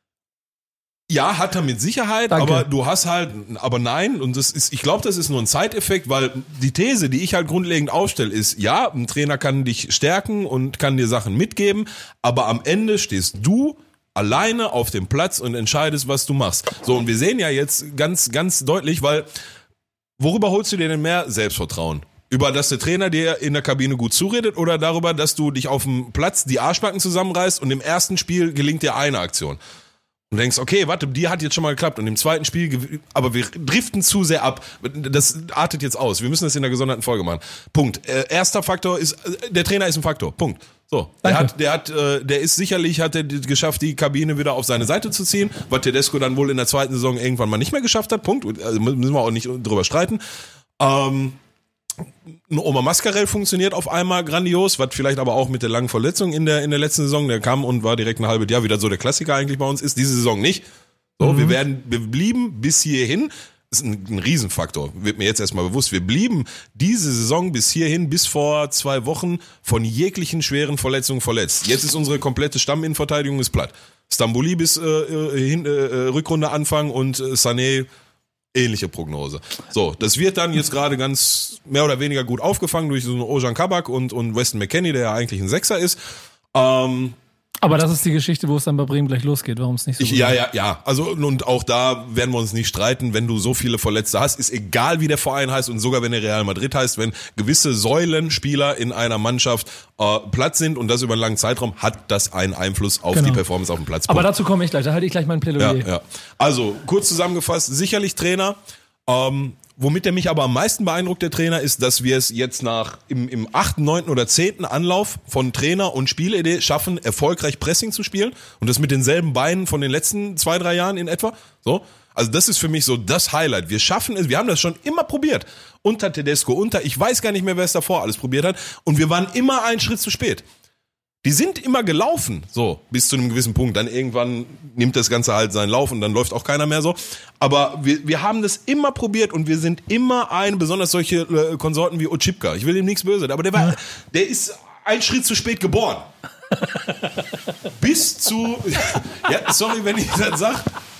Speaker 1: ja, hat er mit Sicherheit,
Speaker 2: Danke.
Speaker 1: aber du hast halt, aber nein, und das ist, ich glaube, das ist nur ein Zeiteffekt, weil die These, die ich halt grundlegend aufstelle, ist, ja, ein Trainer kann dich stärken und kann dir Sachen mitgeben, aber am Ende stehst du alleine auf dem Platz und entscheidest, was du machst. So, und wir sehen ja jetzt ganz, ganz deutlich, weil, worüber holst du dir denn mehr Selbstvertrauen? Über, dass der Trainer dir in der Kabine gut zuredet oder darüber, dass du dich auf dem Platz die Arschbacken zusammenreißt und im ersten Spiel gelingt dir eine Aktion? Und denkst, okay, warte, die hat jetzt schon mal geklappt und im zweiten Spiel, gew- aber wir driften zu sehr ab. Das artet jetzt aus. Wir müssen das in der gesonderten Folge machen. Punkt. Äh, erster Faktor ist, äh, der Trainer ist ein Faktor. Punkt. So. Der
Speaker 2: Danke.
Speaker 1: hat, der hat, äh, der ist sicherlich, hat er geschafft, die Kabine wieder auf seine Seite zu ziehen, was Tedesco dann wohl in der zweiten Saison irgendwann mal nicht mehr geschafft hat. Punkt. Also müssen wir auch nicht drüber streiten. Ähm, ein Omar Mascarell funktioniert auf einmal grandios, was vielleicht aber auch mit der langen Verletzung in der in der letzten Saison, der kam und war direkt ein halbes Jahr wieder so der Klassiker eigentlich bei uns ist, diese Saison nicht. So, mhm. wir werden, wir blieben bis hierhin, das ist ein, ein Riesenfaktor, wird mir jetzt erstmal bewusst, wir blieben diese Saison bis hierhin, bis vor zwei Wochen von jeglichen schweren Verletzungen verletzt. Jetzt ist unsere komplette Stamminnenverteidigung ist platt. Stambouli bis äh, hin, äh, Rückrunde Anfang und äh, Sané ähnliche Prognose. So, das wird dann jetzt gerade ganz mehr oder weniger gut aufgefangen durch so einen Ojan Kabak und, und Weston McKennie, der ja eigentlich ein Sechser ist. Ähm,
Speaker 2: Aber das ist die Geschichte, wo es dann bei Bremen gleich losgeht, warum es nicht so
Speaker 1: ich,
Speaker 2: gut
Speaker 1: Ja,
Speaker 2: ist.
Speaker 1: ja, ja. Also, und auch da werden wir uns nicht streiten, wenn du so viele Verletzte hast, ist egal, wie der Verein heißt und sogar wenn der Real Madrid heißt, wenn gewisse Säulenspieler in einer Mannschaft äh, Platz sind und das über einen langen Zeitraum, hat das einen Einfluss auf
Speaker 2: Genau.
Speaker 1: die Performance auf dem Platz.
Speaker 2: Aber dazu komme ich gleich, da halte ich gleich mein Plädoyer.
Speaker 1: Ja, ja. Also, kurz zusammengefasst, sicherlich Trainer. Ähm, womit der mich aber am meisten beeindruckt, der Trainer, ist, dass wir es jetzt nach im, im achten, neunten oder zehnten Anlauf von Trainer und Spielidee schaffen, erfolgreich Pressing zu spielen und das mit denselben Beinen von den letzten zwei, drei Jahren in etwa. So. Also das ist für mich so das Highlight. Wir schaffen es, wir haben das schon immer probiert. Unter Tedesco, unter, ich weiß gar nicht mehr, wer es davor alles probiert hat und wir waren immer einen Schritt zu spät. Die sind immer gelaufen, so, bis zu einem gewissen Punkt. Dann irgendwann nimmt das Ganze halt seinen Lauf und dann läuft auch keiner mehr so. Aber wir, wir haben das immer probiert und wir sind immer ein, besonders solche äh, Konsorten wie Otschipka. Ich will ihm nichts böse, aber der war, der ist einen Schritt zu spät geboren. Bis zu, ja, sorry, wenn ich das sag.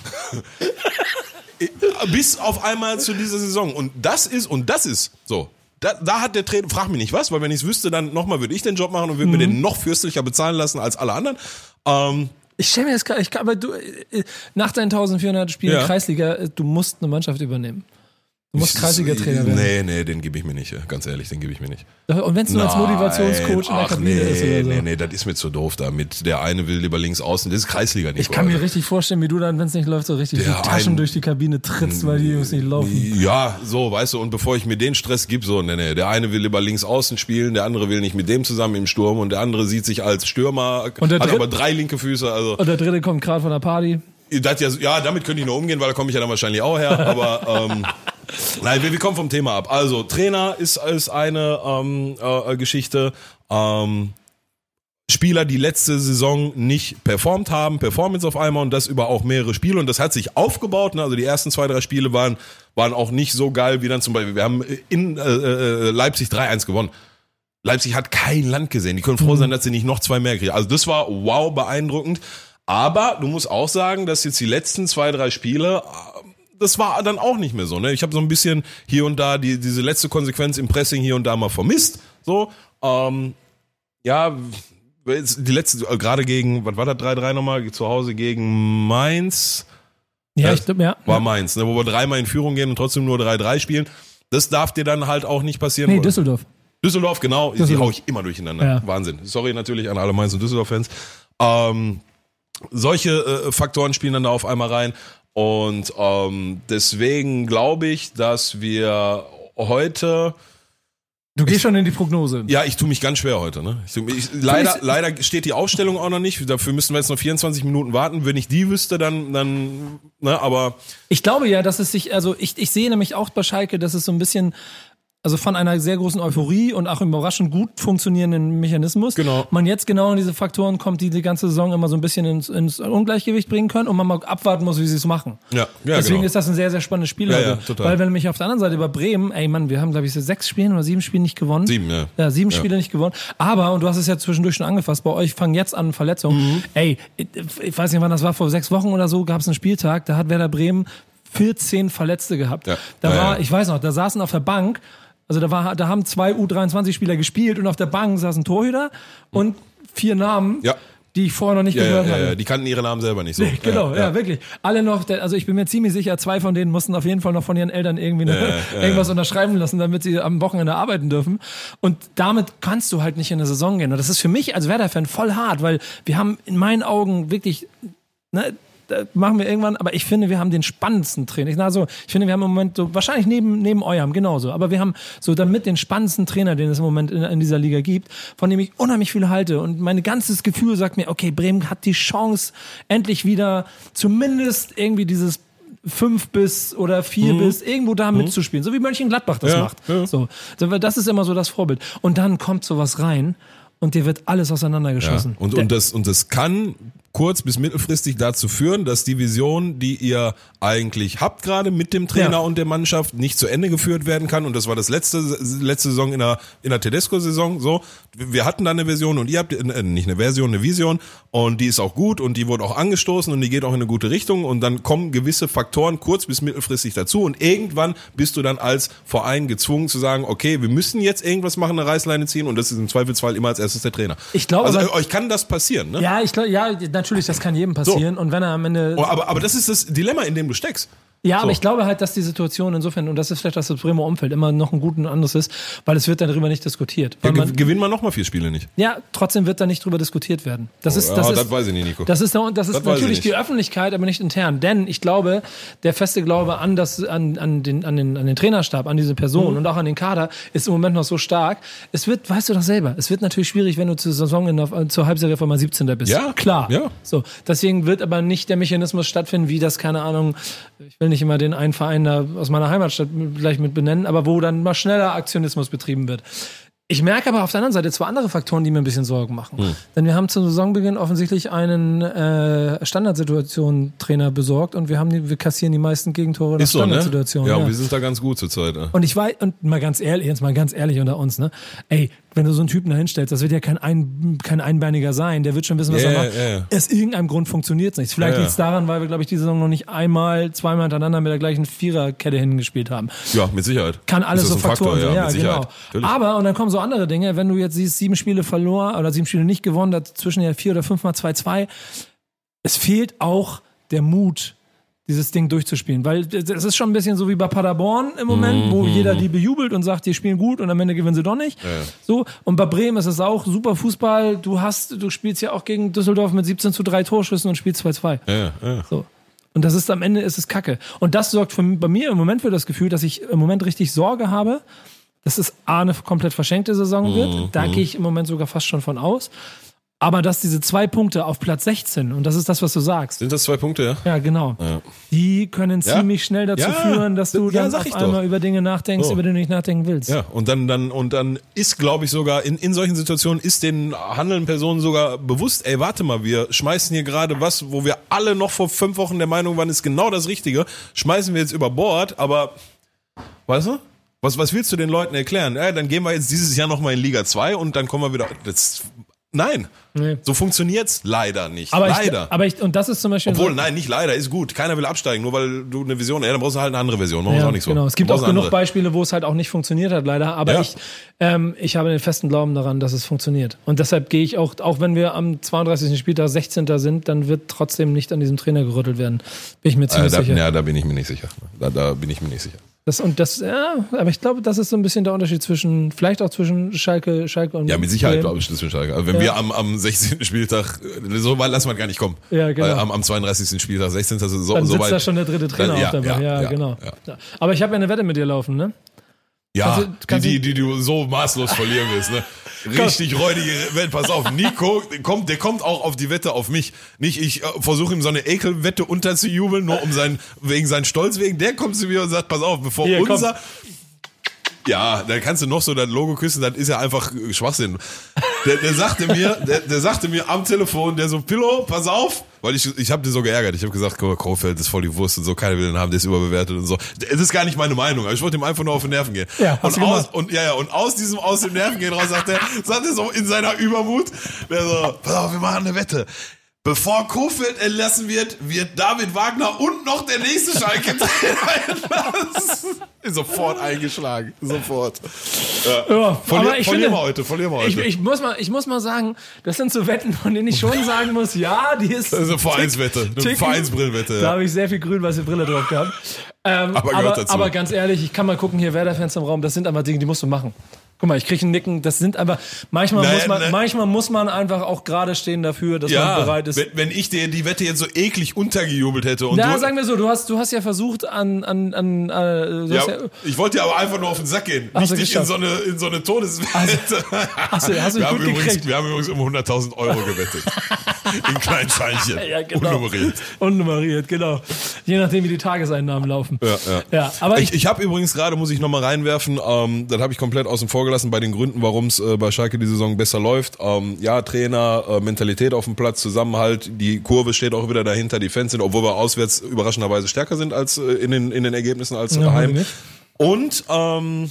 Speaker 1: Bis auf einmal zu dieser Saison. Und das ist, und das ist so. Da, da hat der Trainer, frag mich nicht was, weil wenn ich es wüsste, dann nochmal würde ich den Job machen und würde mhm. mir den noch fürstlicher bezahlen lassen als alle anderen. Ähm,
Speaker 2: ich stelle mir das gerade, ich kann, aber du, nach deinen eintausendvierhundert Spielen
Speaker 1: ja.
Speaker 2: Kreisliga, du musst eine Mannschaft übernehmen. Du musst Kreisliga-Trainer werden.
Speaker 1: Nee, nee, den gebe ich mir nicht, ganz ehrlich, den gebe ich mir nicht.
Speaker 2: Und wenn es nur als Motivationscoach in der Kabine
Speaker 1: nee,
Speaker 2: ist oder so.
Speaker 1: Nee, nee, das ist mir zu doof da. Mit der eine will lieber links außen, das ist Kreisliga nicht.
Speaker 2: Ich kann mir richtig vorstellen, wie du dann, wenn es nicht läuft, so richtig die Taschen ein, durch die Kabine trittst, weil die Jungs nicht laufen.
Speaker 1: Ja, so, weißt du, und bevor ich mir den Stress gebe, so, nee, nee, der eine will lieber links außen spielen, der andere will nicht mit dem zusammen im Sturm und der andere sieht sich als Stürmer,
Speaker 2: und der
Speaker 1: hat
Speaker 2: Dritt,
Speaker 1: aber drei linke Füße, also.
Speaker 2: Und der dritte kommt gerade von der Party.
Speaker 1: Das ja, ja, damit könnte ich nur umgehen, weil da komme ich ja dann wahrscheinlich auch her, aber, ähm, nein, wir, wir kommen vom Thema ab. Also, Trainer ist, ist eine ähm, äh, Geschichte. Ähm, Spieler, die letzte Saison nicht performt haben, performen jetzt auf einmal und das über auch mehrere Spiele und das hat sich aufgebaut. Ne? Also die ersten zwei, drei Spiele waren, waren auch nicht so geil wie dann zum Beispiel, wir haben in äh, äh, Leipzig drei eins gewonnen. Leipzig hat kein Land gesehen. Die können froh sein, dass sie nicht noch zwei mehr kriegen. Also das war wow beeindruckend. Aber du musst auch sagen, dass jetzt die letzten zwei, drei Spiele, das war dann auch nicht mehr so. Ne? Ich habe so ein bisschen hier und da die, diese letzte Konsequenz im Pressing hier und da mal vermisst. So, ähm, ja, die letzte, gerade gegen, was war das, drei drei nochmal, zu Hause gegen Mainz.
Speaker 2: Ja,
Speaker 1: das
Speaker 2: ich glaube, ja.
Speaker 1: War Mainz, ne? Wo wir dreimal in Führung gehen und trotzdem nur drei drei spielen. Das darf dir dann halt auch nicht passieren.
Speaker 2: Nee, Düsseldorf.
Speaker 1: Düsseldorf, genau.
Speaker 2: Düsseldorf.
Speaker 1: Die hau ich immer durcheinander.
Speaker 2: Ja.
Speaker 1: Wahnsinn. Sorry natürlich an alle Mainz- und Düsseldorf-Fans. Ähm, solche äh, Faktoren spielen dann da auf einmal rein. Und ähm, deswegen glaube ich, dass wir heute...
Speaker 2: Du gehst ich, schon in die Prognose.
Speaker 1: Ja, ich tue mich ganz schwer heute. Ne? Ich, ich, leider, leider steht die Ausstellung auch noch nicht. Dafür müssen wir jetzt noch vierundzwanzig Minuten warten. Wenn ich die wüsste, dann, dann, ne, aber.
Speaker 2: Ich glaube ja, dass es sich, also ich, ich sehe nämlich auch bei Schalke, dass es so ein bisschen, also von einer sehr großen Euphorie und auch überraschend gut funktionierenden Mechanismus,
Speaker 1: genau.
Speaker 2: man jetzt genau in diese Faktoren kommt, die die ganze Saison immer so ein bisschen ins, ins Ungleichgewicht bringen können und man mal abwarten muss, wie sie es machen.
Speaker 1: Ja, ja,
Speaker 2: Deswegen
Speaker 1: genau.
Speaker 2: ist das ein sehr, sehr spannendes Spiel
Speaker 1: ja,
Speaker 2: heute.
Speaker 1: Ja, total.
Speaker 2: Weil wenn mich auf der anderen Seite über Bremen, ey Mann, wir haben glaube ich so sechs Spiele oder sieben Spiele nicht gewonnen.
Speaker 1: Sieben, ja.
Speaker 2: Ja, sieben
Speaker 1: ja.
Speaker 2: Spiele nicht gewonnen. Aber, und du hast es ja zwischendurch schon angefasst, bei euch fangen jetzt an Verletzungen. Mhm. Ey, ich weiß nicht, wann das war, vor sechs Wochen oder so gab es einen Spieltag, da hat Werder Bremen vierzehn Verletzte gehabt.
Speaker 1: Ja.
Speaker 2: Da
Speaker 1: ja,
Speaker 2: war,
Speaker 1: ja.
Speaker 2: ich weiß noch, da saßen auf der Bank, also da war, da haben zwei U dreiundzwanzig Spieler gespielt und auf der Bank saß ein Torhüter und vier Namen,
Speaker 1: ja.
Speaker 2: die ich vorher noch nicht
Speaker 1: ja,
Speaker 2: gehört
Speaker 1: ja,
Speaker 2: hatte.
Speaker 1: Ja, die kannten ihre Namen selber nicht so.
Speaker 2: Nee, genau, ja,
Speaker 1: ja,
Speaker 2: ja, wirklich. Alle noch, also ich bin mir ziemlich sicher, zwei von denen mussten auf jeden Fall noch von ihren Eltern irgendwie eine,
Speaker 1: ja, ja,
Speaker 2: irgendwas
Speaker 1: ja.
Speaker 2: unterschreiben lassen, damit sie am Wochenende arbeiten dürfen. Und damit kannst du halt nicht in eine Saison gehen. Und das ist für mich als Werder-Fan voll hart, weil wir haben in meinen Augen wirklich, ne, da machen wir irgendwann, aber ich finde, wir haben den spannendsten Trainer. Ich, also, ich finde, wir haben im Moment so, wahrscheinlich neben, neben eurem genauso, aber wir haben so damit den spannendsten Trainer, den es im Moment in, in dieser Liga gibt, von dem ich unheimlich viel halte. Und mein ganzes Gefühl sagt mir, okay, Bremen hat die Chance, endlich wieder zumindest irgendwie dieses fünf bis oder vier
Speaker 1: Mhm.
Speaker 2: bis irgendwo da
Speaker 1: Mhm.
Speaker 2: mitzuspielen, so wie Mönchengladbach das
Speaker 1: Ja,
Speaker 2: macht.
Speaker 1: ja.
Speaker 2: So, das ist immer so das Vorbild. Und dann kommt sowas rein und dir wird alles auseinandergeschossen.
Speaker 1: Ja. Und, und, das, und das kann kurz- bis mittelfristig dazu führen, dass die Vision, die ihr eigentlich habt gerade mit dem Trainer
Speaker 2: Ja.
Speaker 1: und der Mannschaft, nicht zu Ende geführt werden kann. Und das war das letzte letzte Saison in der in der Tedesco-Saison so. Wir hatten da eine Version und ihr habt äh, nicht eine Version, eine Vision und die ist auch gut und die wurde auch angestoßen und die geht auch in eine gute Richtung und dann kommen gewisse Faktoren kurz- bis mittelfristig dazu und irgendwann bist du dann als Verein gezwungen zu sagen, okay, wir müssen jetzt irgendwas machen, eine Reißleine ziehen und das ist im Zweifelsfall immer als erstes der Trainer.
Speaker 2: Ich glaube,
Speaker 1: also
Speaker 2: aber-
Speaker 1: euch kann das passieren, ne?
Speaker 2: Ja, ich glaube, ja, natürlich, das kann jedem passieren. Und wenn er am Ende.
Speaker 1: Oh, aber, aber das ist das Dilemma, in dem du steckst.
Speaker 2: Ja, aber
Speaker 1: So.
Speaker 2: ich glaube halt, dass die Situation insofern, und das ist vielleicht das Bremer Umfeld, immer noch ein gut und anderes ist, weil es wird darüber nicht diskutiert.
Speaker 1: Ja,
Speaker 2: Weil man,
Speaker 1: ge- gewinnen wir nochmal vier Spiele nicht.
Speaker 2: ja, trotzdem wird da nicht drüber diskutiert werden. Das ist,
Speaker 1: ja,
Speaker 2: das
Speaker 1: das
Speaker 2: ist,
Speaker 1: weiß ich nicht, Nico.
Speaker 2: Das ist, der, das ist
Speaker 1: Das weiß ich
Speaker 2: natürlich
Speaker 1: nicht.
Speaker 2: die Öffentlichkeit, aber nicht intern. Denn ich glaube, der feste Glaube an, das, an, an, den, an, den, an den Trainerstab, an diese Person
Speaker 1: Mhm.
Speaker 2: und auch an den Kader ist im Moment noch so stark. Es wird, weißt du doch selber, es wird natürlich schwierig, wenn du zur Saison in der, zur Halbserie von mal siebzehnter bist.
Speaker 1: Ja,
Speaker 2: klar.
Speaker 1: ja.
Speaker 2: So, deswegen wird aber nicht der Mechanismus stattfinden, wie das, keine Ahnung, ich will nicht immer den einen Verein da aus meiner Heimatstadt gleich mit benennen, aber wo dann mal schneller Aktionismus betrieben wird. Ich merke aber auf der anderen Seite zwei andere Faktoren, die mir ein bisschen Sorgen machen.
Speaker 1: Hm.
Speaker 2: Denn wir haben zum Saisonbeginn offensichtlich einen äh, Standardsituation-Trainer besorgt und wir haben die, wir kassieren die meisten Gegentore nach
Speaker 1: Ist so, ne?
Speaker 2: Standardsituationen.
Speaker 1: Ja,
Speaker 2: ja.
Speaker 1: und wir sind da ganz gut zurzeit. Ne?
Speaker 2: Und ich weiß, und mal ganz ehrlich, jetzt mal ganz ehrlich unter uns, ne? Ey, wenn du so einen Typen da hinstellst, das wird ja kein, ein, kein Einbeiniger sein, der wird schon wissen, was
Speaker 1: Ja,
Speaker 2: er macht.
Speaker 1: ja, ja.
Speaker 2: Aus irgendeinem Grund funktioniert es nicht. Vielleicht
Speaker 1: Ja, ja.
Speaker 2: liegt es daran, weil wir, glaube ich, die Saison noch nicht einmal, zweimal hintereinander mit der gleichen Viererkette hingespielt haben.
Speaker 1: Ja, mit Sicherheit.
Speaker 2: Kann alles
Speaker 1: Ist
Speaker 2: so
Speaker 1: das ein
Speaker 2: Faktoren
Speaker 1: Faktor,
Speaker 2: sein.
Speaker 1: ja,
Speaker 2: Ja,
Speaker 1: mit Sicherheit.
Speaker 2: genau.
Speaker 1: Natürlich.
Speaker 2: Aber, und dann kommen so andere Dinge, wenn du jetzt siehst, sieben Spiele verloren oder sieben Spiele nicht gewonnen, dazwischen ja vier oder fünfmal zwei zwei. Es fehlt auch der Mut, dieses Ding durchzuspielen. Weil es ist schon ein bisschen so wie bei Paderborn im Moment,
Speaker 1: Mhm.
Speaker 2: wo jeder die bejubelt und sagt, die spielen gut und am Ende gewinnen sie doch nicht.
Speaker 1: Ja.
Speaker 2: So. Und bei Bremen ist es auch super Fußball. Du hast, du spielst ja auch gegen Düsseldorf mit siebzehn zu drei Torschüssen und spielst zwei zwei.
Speaker 1: Ja, ja.
Speaker 2: So. Und das ist am Ende ist es Kacke. Und das sorgt für, bei mir im Moment für das Gefühl, dass ich im Moment richtig Sorge habe, dass es A, eine komplett verschenkte Saison wird.
Speaker 1: Mhm.
Speaker 2: Da gehe ich im Moment sogar fast schon von aus. Aber dass diese zwei Punkte auf Platz sechzehn, und das ist das, was du sagst.
Speaker 1: Sind das zwei Punkte, ja?
Speaker 2: Ja, genau.
Speaker 1: Ja.
Speaker 2: Die können
Speaker 1: Ja?
Speaker 2: ziemlich schnell dazu
Speaker 1: Ja.
Speaker 2: führen, dass du
Speaker 1: Ja,
Speaker 2: dann
Speaker 1: sag
Speaker 2: auf
Speaker 1: ich
Speaker 2: einmal
Speaker 1: doch.
Speaker 2: über Dinge nachdenkst,
Speaker 1: So.
Speaker 2: über die du nicht nachdenken willst.
Speaker 1: Ja, und dann, dann, und dann ist, glaube ich, sogar in, in solchen Situationen ist den handelnden Personen sogar bewusst, ey, warte mal, wir schmeißen hier gerade was, wo wir alle noch vor fünf Wochen der Meinung waren, ist genau das Richtige, schmeißen wir jetzt über Bord, aber, weißt du? Was, was willst du den Leuten erklären? Ja, dann gehen wir jetzt dieses Jahr nochmal in Liga zwei und dann kommen wir wieder, das, nein.
Speaker 2: Nee.
Speaker 1: So funktioniert's leider nicht.
Speaker 2: Aber
Speaker 1: leider.
Speaker 2: ich, aber ich, und das ist zum Beispiel
Speaker 1: Obwohl,
Speaker 2: so,
Speaker 1: nein, nicht leider, ist gut. Keiner will absteigen, nur weil du eine Vision, ja, dann brauchst du halt eine andere Version. Machen wir
Speaker 2: ja,
Speaker 1: auch nicht so.
Speaker 2: genau. Es gibt
Speaker 1: Dann
Speaker 2: auch
Speaker 1: brauchst du
Speaker 2: genug
Speaker 1: andere.
Speaker 2: Beispiele, wo es halt auch nicht funktioniert hat, leider. Aber
Speaker 1: Ja.
Speaker 2: ich, ähm, ich habe den festen Glauben daran, dass es funktioniert. Und deshalb gehe ich auch, auch wenn wir am zweiunddreißigsten Spieltag sechzehnter sind, dann wird trotzdem nicht an diesem Trainer gerüttelt werden. Bin ich mir
Speaker 1: Äh,
Speaker 2: ziemlich
Speaker 1: da,
Speaker 2: sicher.
Speaker 1: ja, da bin ich mir nicht sicher. Da, da bin ich mir nicht sicher.
Speaker 2: Das, und das, ja, aber ich glaube, das ist so ein bisschen der Unterschied zwischen, vielleicht auch zwischen Schalke, Schalke und
Speaker 1: Ja, mit Sicherheit,
Speaker 2: Bremen.
Speaker 1: glaube ich, Schleswig Schalke. Also wenn
Speaker 2: Ja.
Speaker 1: wir am, am sechzehnten Spieltag, äh, so weit lassen wir gar nicht kommen.
Speaker 2: Ja, genau.
Speaker 1: Weil am, am zweiunddreißigsten Spieltag, sechzehnten Also so,
Speaker 2: Dann
Speaker 1: so
Speaker 2: sitzt
Speaker 1: weit.
Speaker 2: da schon der dritte Trainer
Speaker 1: Dann- ja,
Speaker 2: auf dabei. Ja,
Speaker 1: ja, ja,
Speaker 2: genau.
Speaker 1: ja.
Speaker 2: Ja. Aber ich habe ja eine Wette mit dir laufen, ne?
Speaker 1: Ja,
Speaker 2: Kannst du-
Speaker 1: die,
Speaker 2: kannst
Speaker 1: die,
Speaker 2: du-
Speaker 1: die du so maßlos verlieren willst, ne? Richtig räudige Wette. Pass auf, Nico, der kommt, der kommt auch auf die Wette auf mich. Nicht, ich äh, versuche ihm so eine Ekelwette unterzujubeln, nur um sein, wegen seinen Stolz wegen. Der kommt zu mir und sagt, pass auf, bevor
Speaker 2: Hier, komm.
Speaker 1: unser... Ja, dann kannst du noch so dein Logo küssen, dann ist ja einfach äh, Schwachsinn. Der, der sagte mir, der, der sagte mir am Telefon, der so, Pillow, pass auf, weil ich, ich habe den so geärgert. Ich habe gesagt, guck mal, Krofeld ist voll die Wurst und so, keiner will den haben, der ist überbewertet und so. Es ist gar nicht meine Meinung, aber ich wollte ihm einfach nur auf den Nerven gehen.
Speaker 2: Ja, hast
Speaker 1: und
Speaker 2: du
Speaker 1: aus,
Speaker 2: gemacht.
Speaker 1: und ja, ja, und aus diesem aus dem Nerven gehen raus sagt er, sagt er so in seiner Übermut, der so, pass auf, wir machen eine Wette. Bevor Kofeld entlassen wird, wird David Wagner und noch der nächste Schalke-Trainer entlassen. Sofort eingeschlagen, sofort. Ja.
Speaker 2: Ja,
Speaker 1: Verlier,
Speaker 2: aber ich
Speaker 1: verlieren
Speaker 2: finde,
Speaker 1: wir heute, verlieren wir heute.
Speaker 2: ich, ich, muss mal, ich muss mal sagen, das sind so Wetten, von denen ich schon sagen muss, ja, die ist...
Speaker 1: das ist eine Vereinswette, eine
Speaker 2: Ticken.
Speaker 1: Vereinsbrillenwette.
Speaker 2: Da
Speaker 1: Ja.
Speaker 2: habe ich sehr viel grün-weiße Brille drauf gehabt. Ähm,
Speaker 1: Aber
Speaker 2: aber,
Speaker 1: gehört dazu.
Speaker 2: aber ganz ehrlich, ich kann mal gucken, hier Werder-Fans im Raum, das sind einfach Dinge, die musst du machen. Guck mal, ich kriege ein Nicken. Das sind einfach, manchmal,
Speaker 1: Nein,
Speaker 2: muss man,
Speaker 1: nein.
Speaker 2: manchmal muss man einfach auch gerade stehen dafür, dass man bereit ist.
Speaker 1: Wenn, wenn ich dir die Wette jetzt so eklig untergejubelt hätte und
Speaker 2: Ja,
Speaker 1: du,
Speaker 2: sagen wir so, du hast, du hast ja versucht an, an, an, äh, du
Speaker 1: ja,
Speaker 2: hast ja,
Speaker 1: ich wollte dir aber einfach nur auf den Sack gehen,
Speaker 2: Hast
Speaker 1: nicht
Speaker 2: du
Speaker 1: dich in
Speaker 2: geschafft.
Speaker 1: so eine, in so eine Todeswette.
Speaker 2: hast du, hast du
Speaker 1: wir,
Speaker 2: gut
Speaker 1: haben übrigens,
Speaker 2: gekriegt.
Speaker 1: wir haben übrigens um hunderttausend Euro gewettet. In kleinen Scheinchen.
Speaker 2: Ja, genau.
Speaker 1: Unnummeriert.
Speaker 2: Unnummeriert, genau. Je nachdem, wie die Tageseinnahmen laufen.
Speaker 1: Ja, ja.
Speaker 2: ja aber
Speaker 1: Ich,
Speaker 2: ich,
Speaker 1: ich habe übrigens gerade, muss ich nochmal reinwerfen, ähm, das habe ich komplett außen vor gelassen bei den Gründen, warum es äh, bei Schalke die Saison besser läuft. Ähm, ja, Trainer, äh, Mentalität auf dem Platz, Zusammenhalt, die Kurve steht auch wieder dahinter, die Fans sind, obwohl wir auswärts überraschenderweise stärker sind als äh, in, den, in den Ergebnissen als
Speaker 2: Ja,
Speaker 1: daheim.
Speaker 2: nicht.
Speaker 1: Und ähm,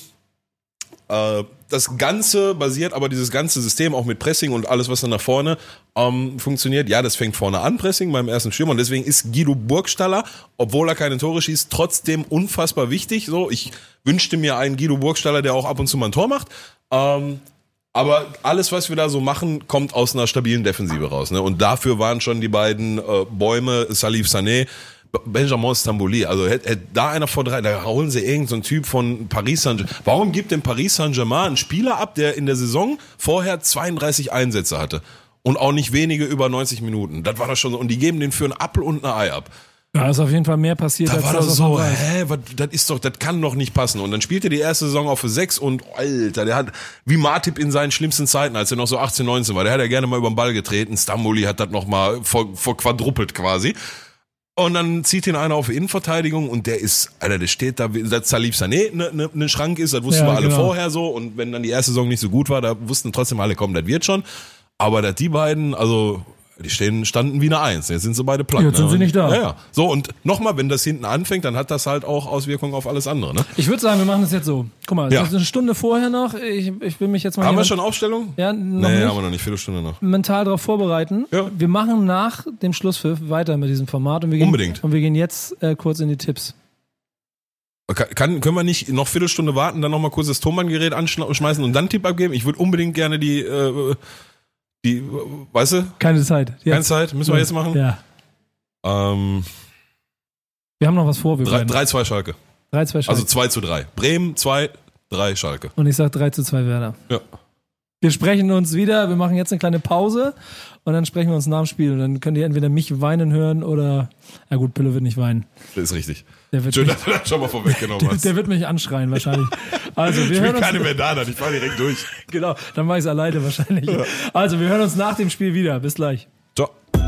Speaker 1: äh, das Ganze basiert, aber dieses ganze System auch mit Pressing und alles, was dann nach vorne ähm, funktioniert, ja, das fängt vorne an, Pressing beim ersten Stürmer und deswegen ist Guido Burgstaller, obwohl er keine Tore schießt, trotzdem unfassbar wichtig. So, ich wünschte mir einen Guido Burgstaller, der auch ab und zu mal ein Tor macht. Ähm, aber alles, was wir da so machen, kommt aus einer stabilen Defensive raus. Ne? Und dafür waren schon die beiden äh, Bäume, Salif Sané, Benjamin Stambouli, also hätte hätt da einer vor drei, da holen sie irgendeinen so einen Typ von Paris Saint-Germain. Warum gibt denn Paris Saint-Germain einen Spieler ab, der in der Saison vorher zweiunddreißig Einsätze hatte? Und auch nicht wenige über neunzig Minuten. Das war das schon so. Und die geben den für einen Apfel und ein Ei ab.
Speaker 2: da ist auf jeden Fall mehr passiert,
Speaker 1: Da
Speaker 2: als
Speaker 1: war
Speaker 2: das,
Speaker 1: das
Speaker 2: was man
Speaker 1: so,
Speaker 2: weiß.
Speaker 1: hä, was, das ist doch, das kann doch nicht passen. Und dann spielte die erste Saison auf für sechs und, Alter, der hat, wie Matip in seinen schlimmsten Zeiten, als er noch so achtzehn, neunzehn war, der hat ja gerne mal über den Ball getreten. Stambouli hat das noch mal vor, vor quadrupelt quasi. Und dann zieht ihn einer auf Innenverteidigung und der ist, Alter, der steht da, dass Salif Sané ne, ne, ne Schrank ist, das wussten
Speaker 2: Ja,
Speaker 1: wir alle
Speaker 2: genau.
Speaker 1: vorher so. Und wenn dann die erste Saison nicht so gut war, da wussten trotzdem alle, komm, das wird schon. Aber dass die beiden, also, die stehen, standen wie eine Eins. Jetzt sind sie beide platt.
Speaker 2: Jetzt sind
Speaker 1: ne?
Speaker 2: sie nicht da.
Speaker 1: Ja, ja. So, und nochmal, wenn das hinten anfängt, dann hat das halt auch Auswirkungen auf alles andere, ne?
Speaker 2: Ich würde sagen, wir machen das jetzt so. Guck mal,
Speaker 1: Ja.
Speaker 2: das ist eine Stunde vorher noch. Ich, ich will mich jetzt mal
Speaker 1: Haben wir
Speaker 2: hier
Speaker 1: schon Aufstellung?
Speaker 2: Ja, noch
Speaker 1: Nee,
Speaker 2: nicht.
Speaker 1: haben wir noch nicht. Viertelstunde noch.
Speaker 2: mental darauf vorbereiten.
Speaker 1: Ja.
Speaker 2: Wir machen nach dem Schlusspfiff weiter mit diesem Format und wir gehen,
Speaker 1: Unbedingt.
Speaker 2: Und wir gehen jetzt äh, kurz in die Tipps.
Speaker 1: Kann, kann, können wir nicht noch Viertelstunde warten, dann nochmal kurz das Tonbandgerät anschmeißen und dann Tipp abgeben? Ich würde unbedingt gerne die, äh, die, äh, weißt du,
Speaker 2: Keine Zeit. Jetzt.
Speaker 1: keine Zeit, müssen wir jetzt machen?
Speaker 2: Ja.
Speaker 1: Ähm,
Speaker 2: Wir haben noch was vor. Wir
Speaker 1: drei,
Speaker 2: beiden.
Speaker 1: drei, zwei Schalke.
Speaker 2: drei, zwei Schalke.
Speaker 1: Also zwei zu drei. Bremen, zwei, drei Schalke.
Speaker 2: Und ich sag drei zu zwei Werder.
Speaker 1: Ja.
Speaker 2: Wir sprechen uns wieder. Wir machen jetzt eine kleine Pause und dann sprechen wir uns nach dem Spiel. Und dann könnt ihr entweder mich weinen hören oder, ja gut, Pille wird nicht weinen.
Speaker 1: Das ist richtig.
Speaker 2: Der wird,
Speaker 1: Schön,
Speaker 2: mich,
Speaker 1: dass du das schon mal vorweggenommen
Speaker 2: der,
Speaker 1: hast.
Speaker 2: der wird mich anschreien wahrscheinlich. Also wir
Speaker 1: Ich
Speaker 2: hören
Speaker 1: bin
Speaker 2: uns.
Speaker 1: keine mehr da, dann ich fahr direkt durch.
Speaker 2: Genau, dann mache ich es alleine wahrscheinlich. Also wir hören uns nach dem Spiel wieder. Bis gleich.
Speaker 1: Ciao.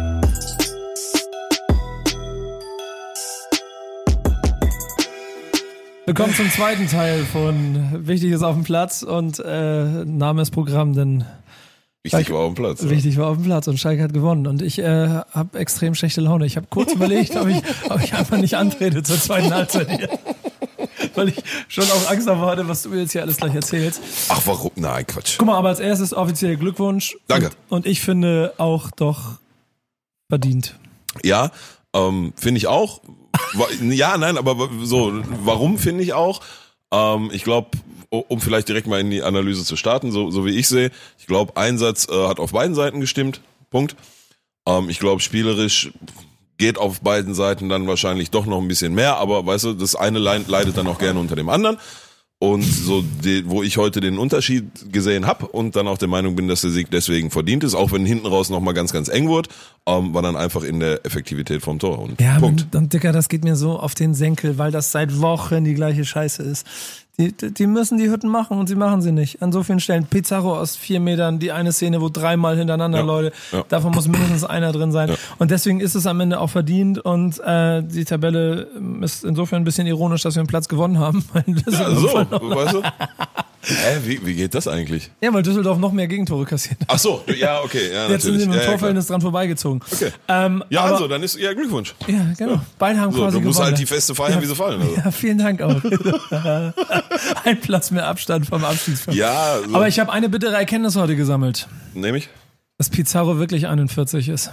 Speaker 2: Willkommen zum zweiten Teil von Wichtiges auf dem Platz und äh, Name ist Programm, denn
Speaker 1: Wichtig war auf dem Platz.
Speaker 2: Wichtig war auf dem Platz und Schalke hat gewonnen und ich äh, habe extrem schlechte Laune. Ich habe kurz überlegt, ob ich, ob ich einfach nicht antrete zur zweiten Halbzeit hier. Weil ich schon auch Angst davor hatte, was du mir jetzt hier alles gleich erzählst.
Speaker 1: Ach, warum? Nein, Quatsch.
Speaker 2: Guck mal, aber als erstes offiziell Glückwunsch.
Speaker 1: Danke.
Speaker 2: Und, und ich finde auch doch verdient.
Speaker 1: Ja, ähm, finde ich auch. Wa- Ja, nein, aber so, warum finde ich auch? Ähm, ich glaube, um vielleicht direkt mal in die Analyse zu starten, so, so wie ich sehe, ich glaube, Einsatz äh, hat auf beiden Seiten gestimmt. Punkt. Ähm, ich glaube, spielerisch geht auf beiden Seiten dann wahrscheinlich doch noch ein bisschen mehr, aber weißt du, das eine leid- leidet dann auch gerne unter dem anderen. Und so, die, wo ich heute den Unterschied gesehen habe und dann auch der Meinung bin, dass der Sieg deswegen verdient ist, auch wenn hinten raus nochmal ganz, ganz eng wurde, ähm, war dann einfach in der Effektivität vom Tor. Und
Speaker 2: Ja,
Speaker 1: Punkt.
Speaker 2: und, und Dicker, das geht mir so auf den Senkel, weil das seit Wochen die gleiche Scheiße ist. Die, die müssen die Hütten machen und sie machen sie nicht. An so vielen Stellen. Pizarro aus vier Metern, die eine Szene, wo dreimal hintereinander,
Speaker 1: Ja,
Speaker 2: Leute,
Speaker 1: ja.
Speaker 2: davon muss mindestens einer drin sein.
Speaker 1: Ja.
Speaker 2: Und deswegen ist es am Ende auch verdient und äh, die Tabelle ist insofern ein bisschen ironisch, dass wir einen Platz gewonnen haben. Weil das
Speaker 1: Ja,
Speaker 2: ist
Speaker 1: so,
Speaker 2: einfach noch-
Speaker 1: weißt du? Hä, wie, wie geht das eigentlich?
Speaker 2: ja, weil Düsseldorf noch mehr Gegentore kassiert.
Speaker 1: Ach so, ja, okay, ja,
Speaker 2: Jetzt sind
Speaker 1: natürlich.
Speaker 2: sie mit dem
Speaker 1: Ja, ja, klar.
Speaker 2: Torverhältnis dran vorbeigezogen.
Speaker 1: Okay.
Speaker 2: Ähm,
Speaker 1: Ja,
Speaker 2: aber,
Speaker 1: also, dann ist, ja, Glückwunsch.
Speaker 2: Ja, genau. Beide haben
Speaker 1: So,
Speaker 2: quasi
Speaker 1: du musst
Speaker 2: gewonnen.
Speaker 1: halt die Feste feiern, wie sie fallen. Also.
Speaker 2: Ja, vielen Dank auch. Ein Platz mehr Abstand vom Abstiegskampf.
Speaker 1: Ja, so,
Speaker 2: Aber ich habe eine bittere Erkenntnis heute gesammelt,
Speaker 1: nehme ich?
Speaker 2: dass Pizarro wirklich einundvierzig ist.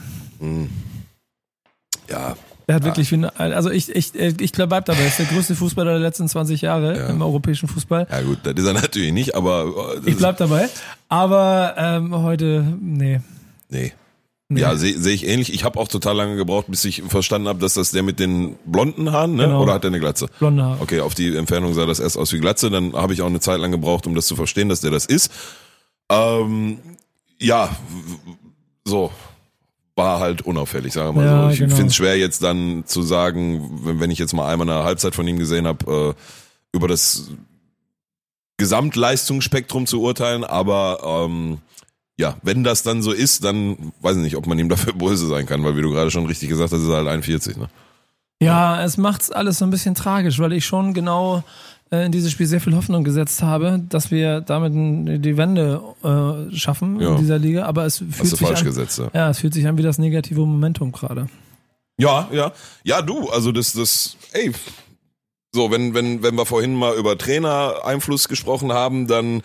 Speaker 1: Ja,
Speaker 2: Er hat wirklich, wie eine- also ich, ich, ich glaube, bleib dabei, er ist der größte Fußballer der letzten zwanzig Jahre
Speaker 1: Ja.
Speaker 2: im europäischen Fußball.
Speaker 1: ja gut, das ist er natürlich nicht, aber äh, das
Speaker 2: Ich bleib dabei. Aber ähm, heute, nee,
Speaker 1: nee.
Speaker 2: Nee.
Speaker 1: Ja, sehe seh ich ähnlich. Ich habe auch total lange gebraucht, bis ich verstanden habe, dass das der mit den blonden Haaren, ne?
Speaker 2: Genau.
Speaker 1: Oder hat der eine Glatze?
Speaker 2: Blonde Haare.
Speaker 1: Okay, auf die Entfernung sah das erst aus wie Glatze. Dann habe ich auch eine Zeit lang gebraucht, um das zu verstehen, dass der das ist. Ähm, ja, so war halt unauffällig, sagen wir mal
Speaker 2: Ja,
Speaker 1: so. Ich
Speaker 2: genau.
Speaker 1: finde es schwer jetzt dann zu sagen, wenn, wenn ich jetzt mal einmal eine Halbzeit von ihm gesehen habe, äh, über das Gesamtleistungsspektrum zu urteilen, aber ähm, ja, wenn das dann so ist, dann weiß ich nicht, ob man ihm dafür böse sein kann, weil wie du gerade schon richtig gesagt hast, ist er halt einundvierzig, ne?
Speaker 2: Ja, es macht's alles so ein bisschen tragisch, weil ich schon genau äh, in dieses Spiel sehr viel Hoffnung gesetzt habe, dass wir damit n- die Wende äh, schaffen
Speaker 1: Ja.
Speaker 2: in dieser Liga, aber es fühlt
Speaker 1: Hast du
Speaker 2: sich
Speaker 1: falsch
Speaker 2: an,
Speaker 1: gesetzt, ja.
Speaker 2: ja, es fühlt sich an wie das negative Momentum gerade.
Speaker 1: Ja, ja. Ja, du, also das, das, ey, so, wenn, wenn, wenn wir vorhin mal über Trainereinfluss gesprochen haben, dann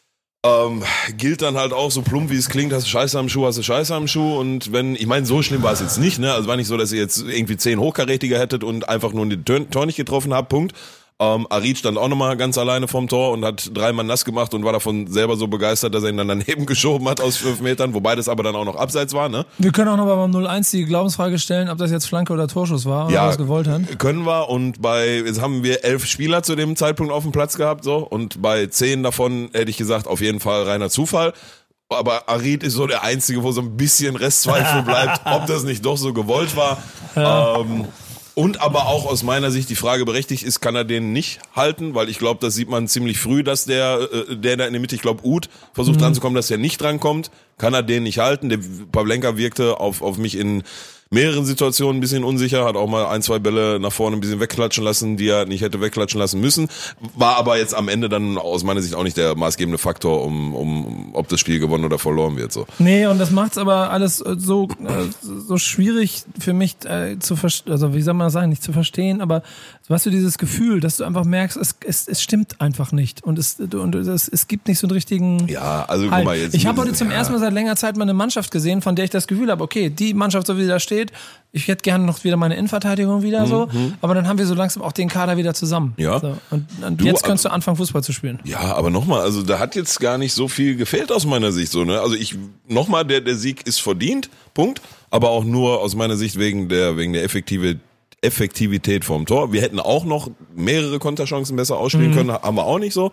Speaker 1: ähm, gilt dann halt auch so plump, wie es klingt, hast du Scheiße am Schuh, hast du Scheiße am Schuh und wenn, ich meine, so schlimm war es jetzt nicht, ne, also war nicht so, dass ihr jetzt irgendwie zehn Hochkarätige hättet und einfach nur den Tor Tor nicht getroffen habt, Punkt. Ähm, Arid stand auch nochmal ganz alleine vorm Tor und hat dreimal nass gemacht und war davon selber so begeistert, dass er ihn dann daneben geschoben hat aus fünf Metern, wobei das aber dann auch noch abseits war, ne?
Speaker 2: Wir können auch noch beim null eins die Glaubensfrage stellen, ob das jetzt Flanke oder Torschuss war oder was gewollt hat.
Speaker 1: Können wir und bei, jetzt haben wir elf Spieler zu dem Zeitpunkt auf dem Platz gehabt, so, und bei zehn davon hätte ich gesagt, auf jeden Fall reiner Zufall. Aber Arid ist so der Einzige, wo so ein bisschen Restzweifel bleibt, ob das nicht doch so gewollt war. Ja. Ähm, Und aber auch aus meiner Sicht die Frage berechtigt ist, kann er den nicht halten? Weil ich glaube, das sieht man ziemlich früh, dass der, äh, der da in der Mitte, ich glaube, Uth versucht mhm. dran zu kommen, dass er nicht drankommt. Kann er den nicht halten? Der Pavlenka wirkte auf, auf mich in mehreren Situationen ein bisschen unsicher, hat auch mal ein, zwei Bälle nach vorne ein bisschen wegklatschen lassen, die er nicht hätte wegklatschen lassen müssen. War aber jetzt am Ende dann aus meiner Sicht auch nicht der maßgebende Faktor, um, um ob das Spiel gewonnen oder verloren wird. So.
Speaker 2: Nee, und das macht's aber alles so äh, so schwierig für mich äh, zu verstehen, also wie soll man das sagen, nicht zu verstehen, aber weißt du, dieses Gefühl, dass du einfach merkst, es, es, es stimmt einfach nicht und es und es, es gibt nicht so einen richtigen
Speaker 1: Ja, also
Speaker 2: Halt.
Speaker 1: guck mal jetzt.
Speaker 2: Ich habe heute zum
Speaker 1: ja.
Speaker 2: ersten Mal seit längerer Zeit mal eine Mannschaft gesehen, von der ich das Gefühl habe, okay, die Mannschaft, so wie sie da steht, ich hätte gerne noch wieder meine Innenverteidigung wieder so,
Speaker 1: mhm.
Speaker 2: aber dann haben wir so langsam auch den Kader wieder zusammen.
Speaker 1: Ja.
Speaker 2: So. Und, und
Speaker 1: Du,
Speaker 2: jetzt kannst du anfangen, Fußball zu spielen.
Speaker 1: Ja, aber nochmal, also da hat jetzt gar nicht so viel gefehlt aus meiner Sicht so, ne? Also ich, nochmal, der, der Sieg ist verdient, Punkt, aber auch nur aus meiner Sicht wegen der, wegen der effektive, Effektivität vom Tor. Wir hätten auch noch mehrere Konterchancen besser ausspielen mhm. können, haben wir auch nicht so.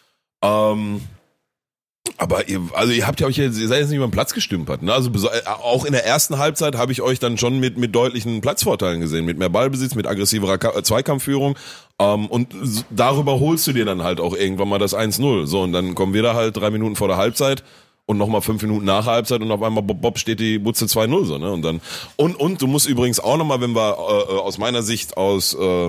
Speaker 1: Ähm, aber ihr, also ihr habt ja euch jetzt, ihr seid jetzt nicht über den Platz gestümpert, ne? Also auch in der ersten Halbzeit habe ich euch dann schon mit mit deutlichen Platzvorteilen gesehen, mit mehr Ballbesitz, mit aggressiverer Ka- Zweikampfführung. Ähm, und darüber holst du dir dann halt auch irgendwann mal das eins null. So, und dann kommen wir da halt drei Minuten vor der Halbzeit und nochmal fünf Minuten nach der Halbzeit und auf einmal Bob, Bob steht die Butze zwei null, so, ne? Und dann, und, und du musst übrigens auch nochmal, wenn wir äh, aus meiner Sicht aus, äh,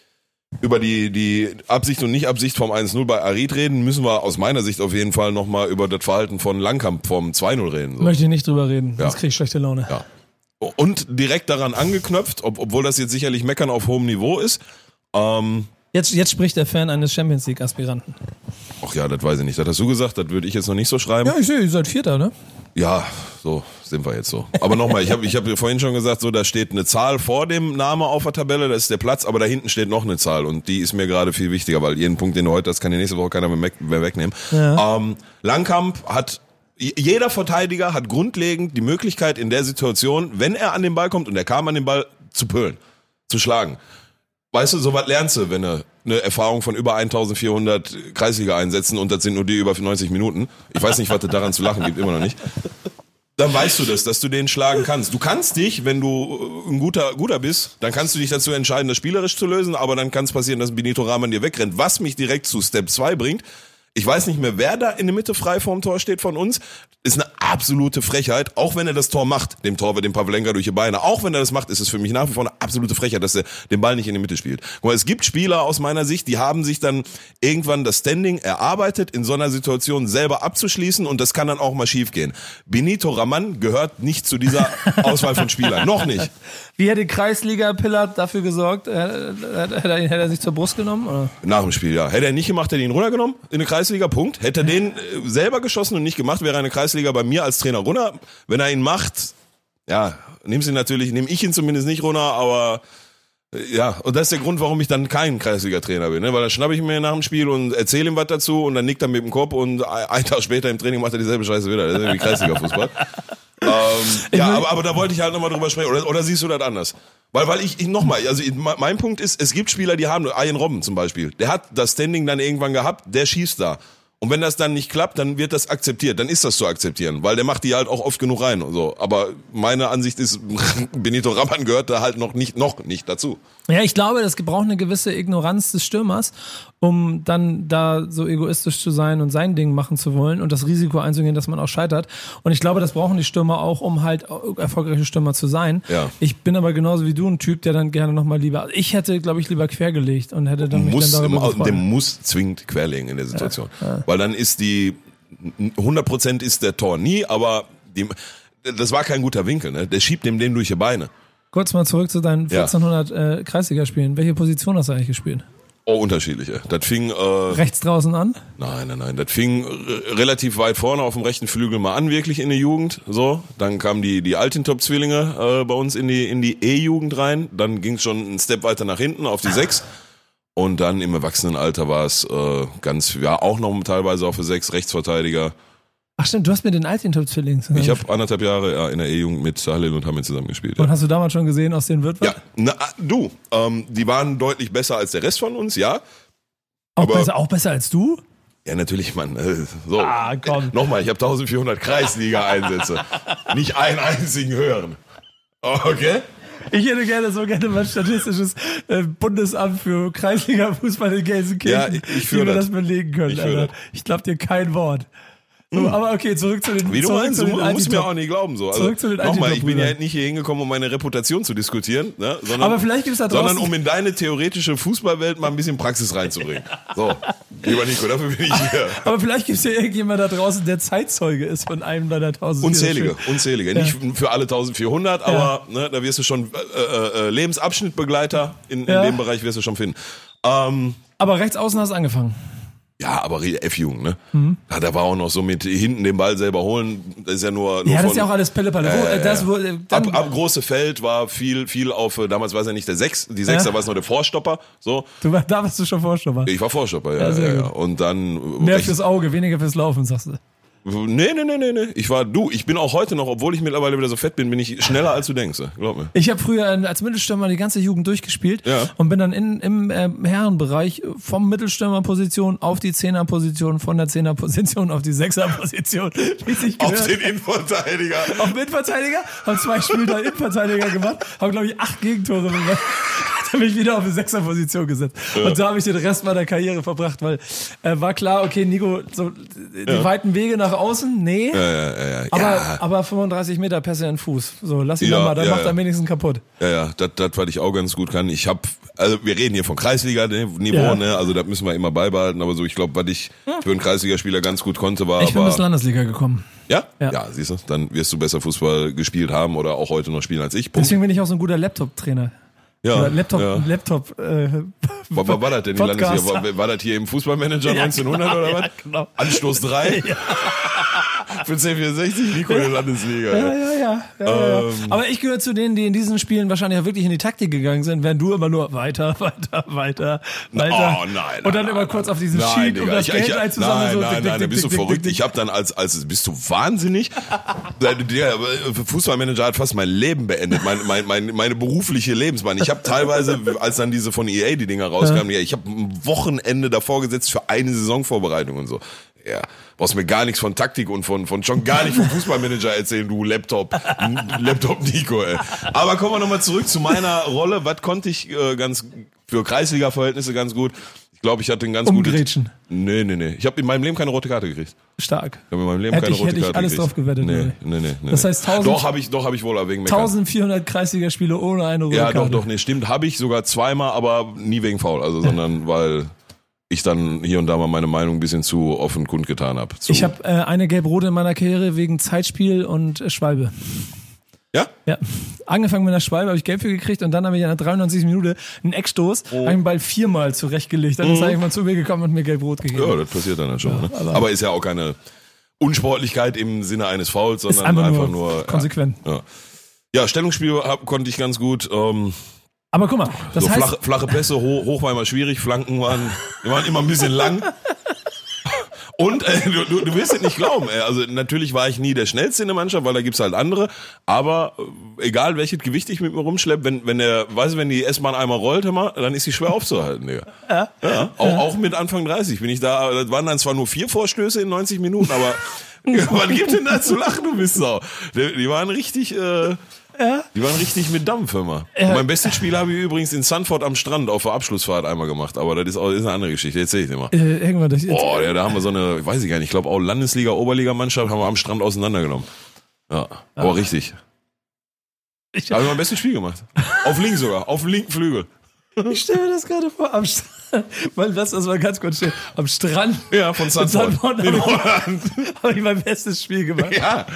Speaker 1: über die, die Absicht und Nicht-Absicht vom eins null bei Arid reden, müssen wir aus meiner Sicht auf jeden Fall nochmal über das Verhalten von Langkamp vom zwei null reden. So.
Speaker 2: Möchte ich nicht drüber reden,
Speaker 1: Ja.
Speaker 2: sonst krieg ich schlechte Laune.
Speaker 1: Ja. Und direkt daran angeknöpft, ob, obwohl das jetzt sicherlich Meckern auf hohem Niveau ist, ähm,
Speaker 2: Jetzt, jetzt spricht der Fan eines Champions League-Aspiranten.
Speaker 1: ach ja, das weiß ich nicht. Das hast du gesagt, das würde ich jetzt noch nicht so schreiben.
Speaker 2: Ja, ich sehe, ihr seid Vierter, ne?
Speaker 1: Ja, so sind wir jetzt so. Aber nochmal, ich habe ich hab vorhin schon gesagt, so da steht eine Zahl vor dem Name auf der Tabelle, das ist der Platz, aber da hinten steht noch eine Zahl und die ist mir gerade viel wichtiger, weil jeden Punkt, den du heute hast, kann die nächste Woche keiner mehr, mehr wegnehmen.
Speaker 2: Ja.
Speaker 1: Ähm, Langkamp hat, jeder Verteidiger hat grundlegend die Möglichkeit in der Situation, wenn er an den Ball kommt und er kam an den Ball, zu pölen, zu schlagen. Weißt du, so was lernst du, wenn du eine Erfahrung von über eintausendvierhundert Kreisliga einsetzen und das sind nur die über neunzig Minuten. Ich weiß nicht, was es daran zu lachen gibt, immer noch nicht. Dann weißt du das, dass du den schlagen kannst. Du kannst dich, wenn du ein guter guter bist, dann kannst du dich dazu entscheiden, das spielerisch zu lösen, aber dann kann es passieren, dass Benito Rahman dir wegrennt. Was mich direkt zu Step zwei bringt, ich weiß nicht mehr, wer da in der Mitte frei vorm Tor steht von uns, ist eine absolute Frechheit, auch wenn er das Tor macht, dem Torwart, dem Pavlenka durch die Beine, auch wenn er das macht, ist es für mich nach wie vor eine absolute Frechheit, dass er den Ball nicht in die Mitte spielt. Guck mal, es gibt Spieler aus meiner Sicht, die haben sich dann irgendwann das Standing erarbeitet, in so einer Situation selber abzuschließen und das kann dann auch mal schief gehen. Benito Rahman gehört nicht zu dieser Auswahl von Spielern, noch nicht.
Speaker 2: Wie hätte Kreisliga-Pillard dafür gesorgt? Hätte er, hätte er sich zur Brust genommen? Oder?
Speaker 1: Nach dem Spiel, ja. Hätte er nicht gemacht, hätte er ihn runtergenommen in eine Kreisliga, Punkt. Hätte er den äh, selber geschossen und nicht gemacht, wäre eine Kreisliga bei mir als Trainer runter. Wenn er ihn macht, ja, nimm's ihn natürlich, nehme ich ihn zumindest nicht runter, aber äh, ja, und das ist der Grund, warum ich dann kein Kreisliga-Trainer bin, ne? Weil dann schnappe ich mir nach dem Spiel und erzähle ihm was dazu und dann nickt er mit dem Kopf und ein Tag später im Training macht er dieselbe Scheiße wieder. Das ist irgendwie Kreisliga-Fußball. ähm, ja, aber, aber da wollte ich halt nochmal drüber sprechen. Oder, oder siehst du das anders? Weil, weil ich, ich nochmal, also ich, mein Punkt ist, es gibt Spieler, die haben, Arjen Robben zum Beispiel, der hat das Standing dann irgendwann gehabt, der schießt da. Und wenn das dann nicht klappt, dann wird das akzeptiert, dann ist das zu akzeptieren, weil der macht die halt auch oft genug rein und so. Aber meine Ansicht ist, Benito Raman gehört da halt noch nicht, noch nicht dazu.
Speaker 2: Ja, ich glaube, das braucht eine gewisse Ignoranz des Stürmers, um dann da so egoistisch zu sein und sein Ding machen zu wollen und das Risiko einzugehen, dass man auch scheitert. Und ich glaube, das brauchen die Stürmer auch, um halt erfolgreiche Stürmer zu sein.
Speaker 1: Ja.
Speaker 2: Ich bin aber genauso wie du ein Typ, der dann gerne nochmal lieber, ich hätte, glaube ich, lieber quergelegt und hätte dann mich
Speaker 1: muss,
Speaker 2: dann darüber gefreut.
Speaker 1: Der muss zwingend querlegen in der Situation.
Speaker 2: Ja, ja.
Speaker 1: Weil dann ist die, hundert Prozent ist der Tor nie, aber die, das war kein guter Winkel, ne? Der schiebt dem den durch die Beine.
Speaker 2: Kurz mal zurück zu deinen vierzehnhundert ja. äh, Kreisligaspielen. Welche Position hast du eigentlich gespielt?
Speaker 1: Oh, unterschiedliche. Das fing... Äh,
Speaker 2: Rechts draußen an?
Speaker 1: Nein, nein, nein. Das fing r- relativ weit vorne auf dem rechten Flügel mal an, wirklich in der Jugend. So, dann kamen die die Altintop-Zwillinge äh, bei uns in die in die E-Jugend rein. Dann ging es schon einen Step weiter nach hinten auf die sechs. Und dann im Erwachsenenalter war es äh, ganz, ja, auch noch teilweise auf der sechs, Rechtsverteidiger.
Speaker 2: Ach stimmt, du hast mit den Altintop-Zwillingen zusammen.
Speaker 1: Ich habe anderthalb Jahre ja, in der E-Jugend mit Halil und Hamid zusammen gespielt.
Speaker 2: Und
Speaker 1: Ja.
Speaker 2: hast du damals schon gesehen, aus denen wird was?
Speaker 1: Ja, na, du, ähm, die waren deutlich besser als der Rest von uns, ja.
Speaker 2: Auch,
Speaker 1: aber-
Speaker 2: besser, auch besser als du?
Speaker 1: Ja, natürlich, Mann. Äh, so.
Speaker 2: Ah, komm.
Speaker 1: Nochmal, ich habe eintausendvierhundert Kreisliga-Einsätze. Nicht einen einzigen höheren. Okay?
Speaker 2: Ich hätte gerne so gerne mal ein statistisches äh, Bundesamt für Kreisliga-Fußball in Gelsenkirchen,
Speaker 1: Ja, ich- ich
Speaker 2: wie
Speaker 1: führe
Speaker 2: wir
Speaker 1: das.
Speaker 2: das belegen können.
Speaker 1: Ich führe
Speaker 2: Alter.
Speaker 1: das.
Speaker 2: Ich glaube dir kein Wort. So, aber okay, zurück zu den
Speaker 1: Wie du
Speaker 2: zurück
Speaker 1: meinst,
Speaker 2: zu
Speaker 1: du
Speaker 2: den
Speaker 1: musst mir
Speaker 2: Altintop.
Speaker 1: auch nicht glauben so. Also,
Speaker 2: Zurück zu den
Speaker 1: nochmal, ich bin ja
Speaker 2: Altintop-Brüdern.
Speaker 1: nicht hier hingekommen, um meine Reputation zu diskutieren, ne? sondern,
Speaker 2: Aber vielleicht gibt's da draußen-
Speaker 1: sondern um in deine theoretische Fußballwelt mal ein bisschen Praxis reinzubringen. So, lieber Nico, dafür bin ich hier.
Speaker 2: Aber vielleicht gibt es ja irgendjemand da draußen, der Zeitzeuge ist von einem deiner tausend.
Speaker 1: Unzählige, unzählige. Nicht für alle eintausendvierhundert, aber ne, da wirst du schon äh, äh, Lebensabschnittbegleiter in, in
Speaker 2: Ja.
Speaker 1: dem Bereich wirst du schon finden. Ähm,
Speaker 2: Aber rechts außen hast du angefangen.
Speaker 1: Ja, aber F-Jugend, ne? Mhm. Ja, da war auch noch so mit hinten den Ball selber holen. Das ist ja nur, nur
Speaker 2: Ja, das
Speaker 1: von,
Speaker 2: ist ja auch alles Pelle-Palle. Wo,
Speaker 1: Äh,
Speaker 2: äh, das, wo, äh, dann,
Speaker 1: ab, ab große Feld war viel, viel auf, äh, damals war es ja nicht der Sechs, die Sechs,
Speaker 2: Ja.
Speaker 1: da war es noch der Vorstopper, so.
Speaker 2: du, war- da warst du schon Vorstopper.
Speaker 1: Ich war Vorstopper, ja,
Speaker 2: Ja,
Speaker 1: ja,
Speaker 2: sehr
Speaker 1: ja.
Speaker 2: gut.
Speaker 1: Und dann,
Speaker 2: Mehr
Speaker 1: rechts-
Speaker 2: fürs Auge, weniger fürs Laufen, sagst du.
Speaker 1: nee, nee, nee, nee, nee. Ich war, du, ich bin auch heute noch, obwohl ich mittlerweile wieder so fett bin, bin ich schneller als du denkst, glaub mir.
Speaker 2: Ich habe früher als Mittelstürmer die ganze Jugend durchgespielt
Speaker 1: Ja.
Speaker 2: und bin dann in, im äh, Herrenbereich vom Mittelstürmerposition auf die Zehnerposition, von der Zehnerposition auf die Sechserposition. Wie sich
Speaker 1: Auf
Speaker 2: gehört.
Speaker 1: den Innenverteidiger.
Speaker 2: Auf den Innenverteidiger, habe zwei Spiele da Innenverteidiger gemacht, habe glaube ich acht Gegentore gemacht. Dann bin ich wieder auf die Sechserposition gesetzt.
Speaker 1: Ja.
Speaker 2: Und da habe ich den Rest meiner Karriere verbracht, weil äh, war klar, okay, Nico, so die
Speaker 1: Ja.
Speaker 2: weiten Wege nach außen, nee.
Speaker 1: Ja, ja, ja, ja.
Speaker 2: Aber,
Speaker 1: ja.
Speaker 2: aber fünfunddreißig Meter Pässe in den Fuß. So, lass ihn
Speaker 1: Ja,
Speaker 2: doch mal, dann
Speaker 1: ja,
Speaker 2: macht er
Speaker 1: ja.
Speaker 2: wenigstens kaputt.
Speaker 1: Ja, ja, das, das, was ich auch ganz gut kann. Ich habe, also wir reden hier von Kreisliga-Niveau,
Speaker 2: Ja.
Speaker 1: ne? Also das müssen wir immer beibehalten. Aber so, ich glaube, was ich für einen Kreisligaspieler ganz gut konnte, war
Speaker 2: Ich bin
Speaker 1: aber,
Speaker 2: bis Landesliga gekommen.
Speaker 1: ja?
Speaker 2: Ja.
Speaker 1: ja, siehst du, dann wirst du besser Fußball gespielt haben oder auch heute noch spielen als ich. Punkt.
Speaker 2: Deswegen bin ich auch so ein guter Laptop-Trainer.
Speaker 1: Ja,
Speaker 2: Oder Laptop,
Speaker 1: ja.
Speaker 2: Laptop, äh,
Speaker 1: Was war, war das denn, die
Speaker 2: Podcaster.
Speaker 1: Landesliga? War, war das hier im Fußballmanager
Speaker 2: Ja,
Speaker 1: neunzehnhundert
Speaker 2: genau,
Speaker 1: oder was?
Speaker 2: ja, genau.
Speaker 1: Anstoß drei? Für C vierundsechzig, Nico in der Landesliga.
Speaker 2: Ja,
Speaker 1: Ja.
Speaker 2: ja, ja. ja, ja.
Speaker 1: Ähm.
Speaker 2: Aber ich gehöre zu denen, die in diesen Spielen wahrscheinlich auch wirklich in die Taktik gegangen sind, während du immer nur weiter, weiter, weiter, weiter.
Speaker 1: Oh nein,
Speaker 2: Und dann
Speaker 1: nein,
Speaker 2: immer
Speaker 1: nein,
Speaker 2: kurz auf diesen
Speaker 1: nein,
Speaker 2: Sheet, um
Speaker 1: Digga,
Speaker 2: das
Speaker 1: ich-
Speaker 2: Geld
Speaker 1: ich-
Speaker 2: einzusammeln.
Speaker 1: Nein,
Speaker 2: so,
Speaker 1: nein,
Speaker 2: dick,
Speaker 1: nein, da
Speaker 2: dick,
Speaker 1: bist du
Speaker 2: dick, dick,
Speaker 1: verrückt.
Speaker 2: dick,
Speaker 1: Ich habe dann als, als, bist du wahnsinnig? Der, der Fußballmanager hat fast mein Leben beendet, mein, mein, mein, meine berufliche Lebensbahn. Ich habe teilweise, als dann diese von E A die Dinger rauskamen, ja. ich habe ein Wochenende davor gesetzt für eine Saisonvorbereitung und so. Ja, brauchst mir gar nichts von Taktik und von, von schon gar nicht vom Fußballmanager erzählen, du Laptop, Laptop Nico, ey. Aber kommen wir nochmal zurück zu meiner Rolle. Was konnte ich äh, ganz, für Kreisliga-Verhältnisse ganz gut? Ich glaube, ich hatte ein ganz gutes...
Speaker 2: Umgrätschen.
Speaker 1: Nee, nee, nee. Ich habe in meinem Leben keine rote Karte gekriegt.
Speaker 2: Stark.
Speaker 1: Ich habe in meinem Leben
Speaker 2: Hätte
Speaker 1: keine
Speaker 2: ich-
Speaker 1: rote
Speaker 2: hätte ich
Speaker 1: Karte
Speaker 2: alles
Speaker 1: gekriegt.
Speaker 2: drauf gewettet,
Speaker 1: Nee,
Speaker 2: nee.
Speaker 1: nee, nee, nee.
Speaker 2: Das heißt tausend-
Speaker 1: Doch, habe ich, doch, habe ich wohl wegen Meckern.
Speaker 2: eintausendvierhundert Kreisligaspiele ohne eine rote
Speaker 1: Ja,
Speaker 2: Karte.
Speaker 1: doch, doch, nee, stimmt. Habe ich sogar zweimal, aber nie wegen Foul. Also, sondern weil ich dann hier und da mal meine Meinung ein bisschen zu offen kundgetan habe.
Speaker 2: Ich habe äh, eine gelb-rote in meiner Karriere wegen Zeitspiel und äh, Schwalbe.
Speaker 1: Ja?
Speaker 2: Ja, angefangen mit einer Schwalbe, habe ich gelb für gekriegt und dann habe ich in der dreiundneunzigsten Minute einen Eckstoß,
Speaker 1: Oh.
Speaker 2: habe den Ball viermal zurechtgelegt. Dann ist er irgendwann zu mir gekommen und mir gelb-rot gegeben.
Speaker 1: Ja, das passiert dann halt schon. ne?
Speaker 2: aber-
Speaker 1: aber, ist ja auch keine Unsportlichkeit im Sinne eines Fouls, sondern
Speaker 2: Ist einfach
Speaker 1: einfach,
Speaker 2: nur
Speaker 1: nur,
Speaker 2: konsequent.
Speaker 1: Ja, ja. ja Stellungsspiel hab, konnte ich ganz gut. Ähm,
Speaker 2: Aber guck mal, das
Speaker 1: so
Speaker 2: heißt,
Speaker 1: flache, flache Pässe, hoch, hoch war immer schwierig, Flanken waren, die waren immer ein bisschen lang. Und äh, du, du, du wirst es nicht glauben, ey. Also natürlich war ich nie der Schnellste in der Mannschaft, weil da gibt's halt andere. Aber äh, egal welches Gewicht ich mit mir rumschleppe, wenn wenn der, weißt du, wenn die S-Bahn einmal rollt, immer, dann ist sie schwer aufzuhalten, Digga. Ja. Ja. Auch, ja. auch mit Anfang dreißig bin ich da. Das waren dann zwar nur vier Vorstöße in neunzig Minuten, aber was gibt denn da zu lachen, du bist Sau? Die, die waren richtig. Äh, Ja. Die waren richtig mit Dampf immer. Ja. Mein bestes Spiel habe ich übrigens in Sanford am Strand auf der Abschlussfahrt einmal gemacht, aber das ist, auch, das ist eine andere Geschichte, erzähl ich dir mal. Äh, irgendwann das jetzt Boah, ja, da haben wir so eine, weiß ich gar nicht, ich glaube auch Landesliga, Oberliga-Mannschaft haben wir am Strand auseinandergenommen. Ja, aber ah. richtig. Ich habe mein bestes Spiel gemacht. Auf links sogar, auf dem linken Flügel.
Speaker 2: Ich stelle mir das gerade vor, am Strand. Weil das, das war ganz kurz stehen. Am Strand.
Speaker 1: Ja, von Sanford.
Speaker 2: In Holland. Habe ich mein bestes Spiel gemacht.
Speaker 1: Ja.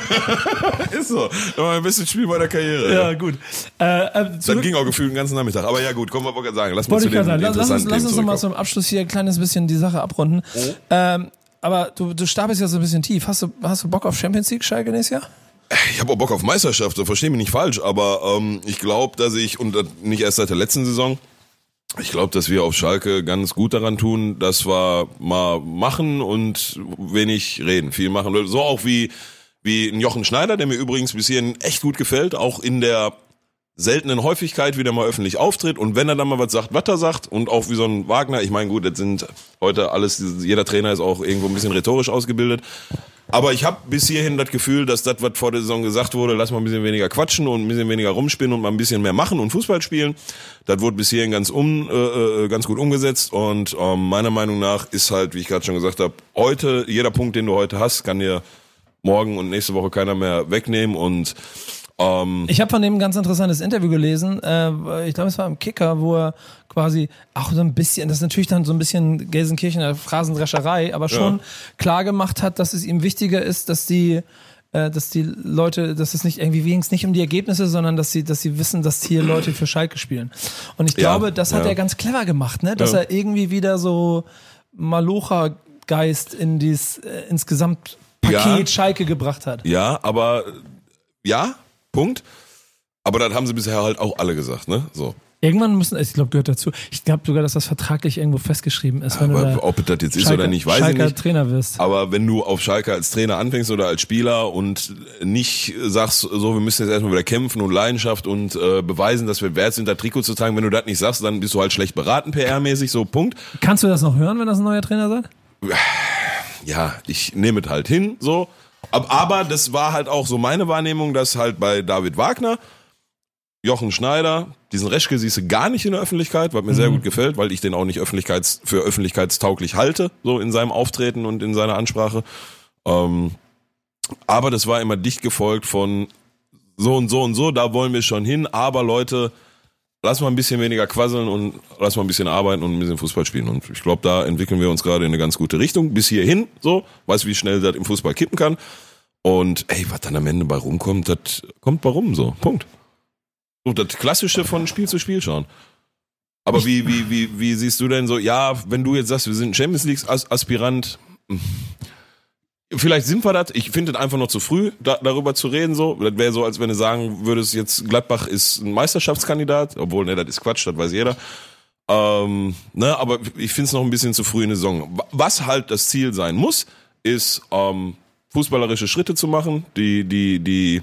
Speaker 1: Ist so. Das war mein bestes Spiel meiner Karriere.
Speaker 2: Ja, gut. Äh, äh,
Speaker 1: das ging auch gefühlt den ganzen Nachmittag. Aber ja, gut, komm mal wollte sagen. Lass
Speaker 2: mal
Speaker 1: zu den
Speaker 2: sagen.
Speaker 1: interessanten
Speaker 2: Lass uns, lass uns nochmal
Speaker 1: zurückkommen.
Speaker 2: zum Abschluss hier ein kleines bisschen die Sache abrunden. Oh. Ähm, aber du, du stapelst ja so ein bisschen tief. Hast du, hast du Bock auf Champions League, Schalke nächstes Jahr?
Speaker 1: Ich habe auch Bock auf Meisterschaft, so versteh mich nicht falsch. Aber ähm, ich glaube, dass ich, und nicht erst seit der letzten Saison, ich glaube, dass wir auf Schalke ganz gut daran tun, dass wir mal machen und wenig reden, viel machen. So auch wie wie ein Jochen Schneider, der mir übrigens bis hierhin echt gut gefällt, auch in der seltenen Häufigkeit, wie der mal öffentlich auftritt und wenn er dann mal was sagt, was er sagt und auch wie so ein Wagner, ich meine gut, das sind heute alles, jeder Trainer ist auch irgendwo ein bisschen rhetorisch ausgebildet. Aber ich habe bis hierhin das Gefühl, dass das, was vor der Saison gesagt wurde, lass mal ein bisschen weniger quatschen und ein bisschen weniger rumspinnen und mal ein bisschen mehr machen und Fußball spielen, das wurde bis hierhin ganz um, äh, ganz gut umgesetzt und ähm, meiner Meinung nach ist halt, wie ich gerade schon gesagt habe, heute, jeder Punkt, den du heute hast, kann dir morgen und nächste Woche keiner mehr wegnehmen und ähm,
Speaker 2: ich habe von dem ein ganz interessantes Interview gelesen, äh, ich glaube es war im Kicker, wo er quasi auch so ein bisschen, das ist natürlich dann so ein bisschen Gelsenkirchener Phrasendrescherei, aber schon ja. klar gemacht hat, dass es ihm wichtiger ist, dass die äh, dass die Leute, dass es nicht irgendwie ging es nicht um die Ergebnisse, sondern dass sie dass sie wissen, dass hier Leute für Schalke spielen. Und ich glaube, ja, das hat ja. er ganz clever gemacht, ne, dass ja. er irgendwie wieder so Malocha-Geist in dies äh, ins Gesamtpaket ja. Schalke gebracht hat.
Speaker 1: Ja, aber ja, Punkt. Aber das haben sie bisher halt auch alle gesagt, ne? So.
Speaker 2: Irgendwann müssen, ich glaube, gehört dazu. Ich glaube sogar, dass das vertraglich irgendwo festgeschrieben ist, wenn aber du da
Speaker 1: ob das jetzt ist
Speaker 2: Schalke,
Speaker 1: oder nicht, weiß
Speaker 2: Schalke
Speaker 1: ich nicht.
Speaker 2: Trainer wirst.
Speaker 1: Aber wenn du auf Schalke als Trainer anfängst oder als Spieler und nicht sagst, so, wir müssen jetzt erstmal wieder kämpfen und Leidenschaft und äh, beweisen, dass wir wert sind, das Trikot zu tragen, wenn du das nicht sagst, dann bist du halt schlecht beraten, P R-mäßig, so, Punkt.
Speaker 2: Kannst du das noch hören, wenn das ein neuer Trainer sagt?
Speaker 1: Ja, ich nehme es halt hin, so. Aber das war halt auch so meine Wahrnehmung, dass halt bei David Wagner, Jochen Schneider, diesen Reschke siehst du gar nicht in der Öffentlichkeit, was mir mhm. sehr gut gefällt, weil ich den auch nicht öffentlichkeits für öffentlichkeitstauglich halte, so in seinem Auftreten und in seiner Ansprache. Ähm, aber das war immer dicht gefolgt von so und so und so, da wollen wir schon hin, aber Leute, lass mal ein bisschen weniger quasseln und lass mal ein bisschen arbeiten und ein bisschen Fußball spielen. Und ich glaube, da entwickeln wir uns gerade in eine ganz gute Richtung. Bis hierhin, so. Weißt du, wie schnell das im Fußball kippen kann. Und ey, was dann am Ende bei rumkommt, das kommt bei rum, so. Punkt. So, das Klassische von Spiel zu Spiel schauen. Aber wie, wie, wie, wie siehst du denn so, ja, wenn du jetzt sagst, wir sind ein Champions League Aspirant, vielleicht sind wir das. Ich finde es einfach noch zu früh, da, darüber zu reden. So, das wäre so, als wenn du sagen würdest, jetzt Gladbach ist ein Meisterschaftskandidat, obwohl, ne, das ist Quatsch, das weiß jeder. Ähm, ne, aber ich finde es noch ein bisschen zu früh in der Saison. Was halt das Ziel sein muss, ist ähm, fußballerische Schritte zu machen, die die die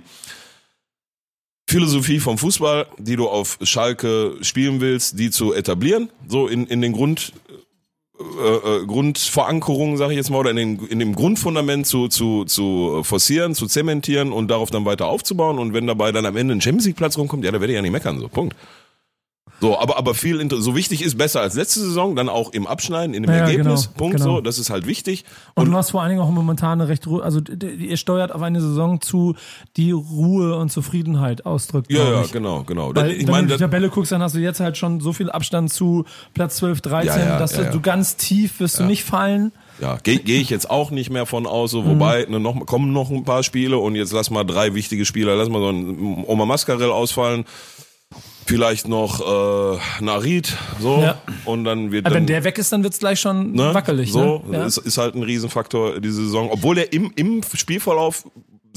Speaker 1: Philosophie vom Fußball, die du auf Schalke spielen willst, die zu etablieren, so in in den Grund Äh, Grundverankerung, sage ich jetzt mal, oder in, den, in dem Grundfundament zu, zu, zu forcieren, zu zementieren und darauf dann weiter aufzubauen. Und wenn dabei dann am Ende ein Champions League Platz rumkommt, ja, da werde ich ja nicht meckern, so, Punkt. So, aber, aber viel, so wichtig ist, besser als letzte Saison, dann auch im Abschneiden, in dem ja, Ergebnis, genau, Punkt, genau. So, das ist halt wichtig.
Speaker 2: Und, und du hast vor allen Dingen auch momentan eine recht Ruhe, also ihr steuert auf eine Saison zu, die Ruhe und Zufriedenheit ausdrückt.
Speaker 1: Ja, ja, genau, genau.
Speaker 2: Weil,
Speaker 1: ich
Speaker 2: wenn
Speaker 1: mein,
Speaker 2: du die Tabelle guckst, dann hast du jetzt halt schon so viel Abstand zu Platz zwölf, dreizehn, ja, ja, dass ja, ja. du ganz tief wirst ja. du nicht fallen.
Speaker 1: Ja, gehe geh ich jetzt auch nicht mehr von aus, so, wobei, mhm. ne, noch, kommen noch ein paar Spiele und jetzt lass mal drei wichtige Spieler, lass mal so ein Oma Mascarell ausfallen. Vielleicht noch äh, Narid, so, ja. und dann wird
Speaker 2: Aber
Speaker 1: dann,
Speaker 2: wenn der weg ist, dann wird's gleich schon ne? wackelig.
Speaker 1: So,
Speaker 2: ne? ja.
Speaker 1: ist, ist halt ein Riesenfaktor diese Saison, obwohl er im, im Spielverlauf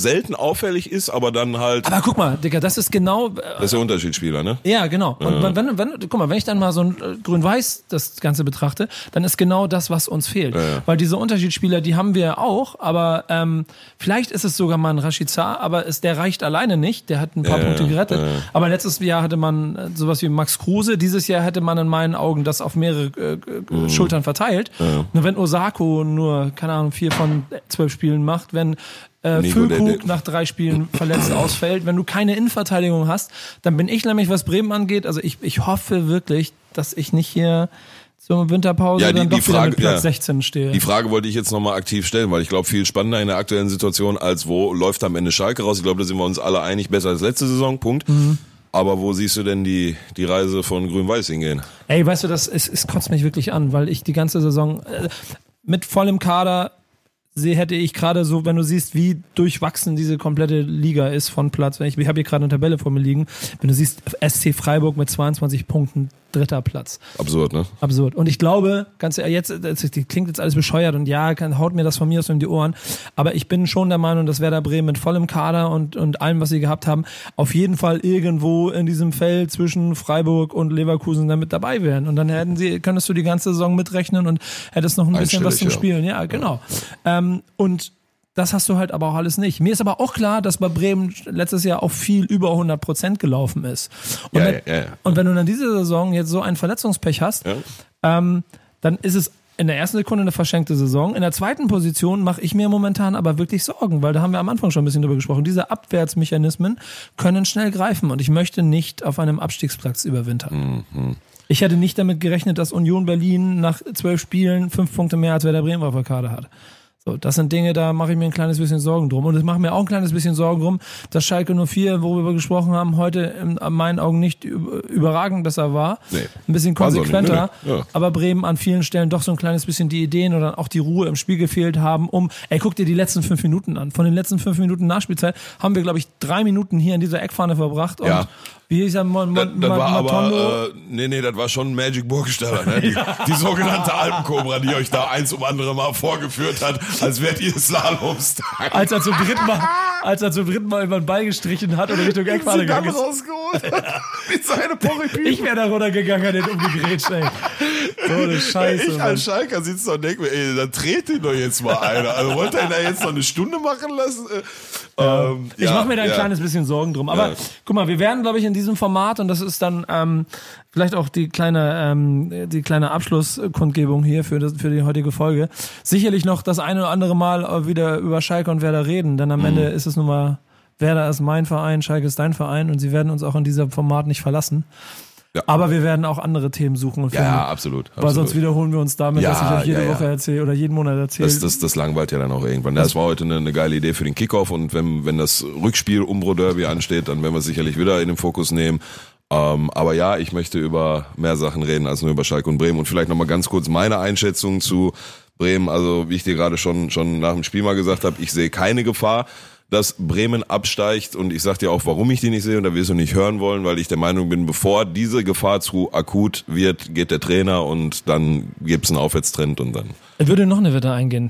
Speaker 1: selten auffällig ist, aber dann halt...
Speaker 2: Aber guck mal, Digga, das ist genau... Äh,
Speaker 1: das ist der Unterschiedsspieler, ne?
Speaker 2: Ja, genau. Und
Speaker 1: ja.
Speaker 2: wenn, wenn, guck mal, wenn ich dann mal so ein äh, Grün-Weiß das Ganze betrachte, dann ist genau das, was uns fehlt.
Speaker 1: Ja, ja.
Speaker 2: Weil diese Unterschiedsspieler, die haben wir auch, aber ähm, vielleicht ist es sogar mal ein Rashica, aber es, der reicht alleine nicht, der hat ein paar
Speaker 1: ja,
Speaker 2: Punkte gerettet.
Speaker 1: Ja.
Speaker 2: Aber letztes Jahr hatte man sowas wie Max Kruse, dieses Jahr hätte man in meinen Augen das auf mehrere äh, mhm. Schultern verteilt. Ja. Nur wenn Osako nur, keine Ahnung, vier von zwölf Spielen macht, wenn äh, Füllkrug nach drei Spielen verletzt ausfällt, wenn du keine Innenverteidigung hast, dann bin ich nämlich, was Bremen angeht, also ich, ich hoffe wirklich, dass ich nicht hier zur Winterpause
Speaker 1: ja, die,
Speaker 2: dann doch
Speaker 1: die
Speaker 2: wieder
Speaker 1: Frage,
Speaker 2: mit Platz
Speaker 1: ja.
Speaker 2: sechzehn stehe.
Speaker 1: Die Frage wollte ich jetzt nochmal aktiv stellen, weil ich glaube, viel spannender in der aktuellen Situation, als wo läuft am Ende Schalke raus. Ich glaube, da sind wir uns alle einig, besser als letzte Saison, Punkt. Mhm. Aber wo siehst du denn die, die Reise von Grün-Weiß hingehen?
Speaker 2: Ey, weißt du, das es, es kotzt mich wirklich an, weil ich die ganze Saison äh, mit vollem Kader sehe, hätte ich gerade so, wenn du siehst, wie durchwachsen diese komplette Liga ist von Platz, ich, ich habe hier gerade eine Tabelle vor mir liegen, wenn du siehst, S C Freiburg mit zweiundzwanzig Punkten, dritter Platz.
Speaker 1: Absurd, ne?
Speaker 2: Absurd. Und ich glaube, ganz ehrlich, jetzt, das klingt jetzt alles bescheuert und ja, kann, haut mir das von mir aus um die Ohren, aber ich bin schon der Meinung, dass Werder Bremen mit vollem Kader und, und allem, was sie gehabt haben, auf jeden Fall irgendwo in diesem Feld zwischen Freiburg und Leverkusen damit dabei wären. Und dann hätten sie, könntest du die ganze Saison mitrechnen und hättest noch ein bisschen was zum ja. Spielen. Ja, genau. Ja. Ähm, und das hast du halt aber auch alles nicht. Mir ist aber auch klar, dass bei Bremen letztes Jahr auch viel über hundert Prozent gelaufen ist. Und,
Speaker 1: ja,
Speaker 2: wenn,
Speaker 1: ja, ja.
Speaker 2: und wenn du dann diese Saison jetzt so ein Verletzungspech hast, ja. ähm, dann ist es in der ersten Sekunde eine verschenkte Saison. In der zweiten Position mache ich mir momentan aber wirklich Sorgen, weil da haben wir am Anfang schon ein bisschen drüber gesprochen. Diese Abwärtsmechanismen können schnell greifen und ich möchte nicht auf einem Abstiegsplatz überwintern. Mhm. Ich hätte nicht damit gerechnet, dass Union Berlin nach zwölf Spielen fünf Punkte mehr als Werder Bremen auf der Karte hat. So, das sind Dinge, da mache ich mir ein kleines bisschen Sorgen drum. Und es macht mir auch ein kleines bisschen Sorgen drum, dass Schalke null vier, worüber wir gesprochen haben, heute in meinen Augen nicht überragend besser war. Nee. Ein bisschen konsequenter. Nee, nee. Ja. Aber Bremen an vielen Stellen doch so ein kleines bisschen die Ideen oder auch die Ruhe im Spiel gefehlt haben, um, ey, guck dir die letzten fünf Minuten an. Von den letzten fünf Minuten Nachspielzeit haben wir, glaube ich, drei Minuten hier in dieser Eckfahne verbracht. Und
Speaker 1: ja.
Speaker 2: Wie hieß er? Mon, Mon,
Speaker 1: das, das war
Speaker 2: Matondo?
Speaker 1: aber, äh, nee, nee, das war schon Magic Burgstaller, ne? Die, ja. die sogenannte Alpenkobra, die euch da eins um andere Mal vorgeführt hat, als wärt ihr Slalomstar.
Speaker 2: Als er zum dritten Mal, als er zum dritten Mal über den Ball gestrichen hat und Richtung Eckfahne gegangen ist.
Speaker 1: rausgeholt. Mit seiner Porripine.
Speaker 2: Ich wäre da runtergegangen, hätte ihn umgegrätscht, ey. So eine Scheiße.
Speaker 1: Ich als Schalker sitze da und denke mir, ey, da dreht ihn doch jetzt mal einer. Also wollt ihr ihn da jetzt noch eine Stunde machen lassen?
Speaker 2: Ja. Ähm, ich ja, mache mir da ein ja. kleines bisschen Sorgen drum. Aber ja. guck mal, wir werden, glaube ich, in diesem Format, und das ist dann ähm, vielleicht auch die kleine ähm, die kleine Abschlusskundgebung hier für, das, für die heutige Folge, sicherlich noch das eine oder andere Mal wieder über Schalke und Werder reden, denn am mhm. Ende ist es nun mal, Werder ist mein Verein, Schalke ist dein Verein und sie werden uns auch in diesem Format nicht verlassen. Ja. Aber wir werden auch andere Themen suchen und finden.
Speaker 1: Ja, absolut, absolut.
Speaker 2: Weil sonst wiederholen wir uns damit, ja, dass ich euch jede ja, ja. Woche erzähle oder jeden Monat erzähle.
Speaker 1: Das, das, das langweilt ja dann auch irgendwann. Das, das war heute eine, eine geile Idee für den Kickoff und wenn, wenn das Rückspiel Umbro Derby ansteht, dann werden wir es sicherlich wieder in den Fokus nehmen. Ähm, aber ja, ich möchte über mehr Sachen reden als nur über Schalke und Bremen und vielleicht nochmal ganz kurz meine Einschätzung zu Bremen. Also wie ich dir gerade schon, schon nach dem Spiel mal gesagt habe, ich sehe keine Gefahr, dass Bremen absteigt und ich sag dir auch, warum ich die nicht sehe und da wirst du nicht hören wollen, weil ich der Meinung bin, bevor diese Gefahr zu akut wird, geht der Trainer und dann gibt's einen Aufwärtstrend und dann...
Speaker 2: Er würde noch eine Wette eingehen.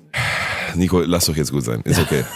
Speaker 1: Nico, lass doch jetzt gut sein, ist okay.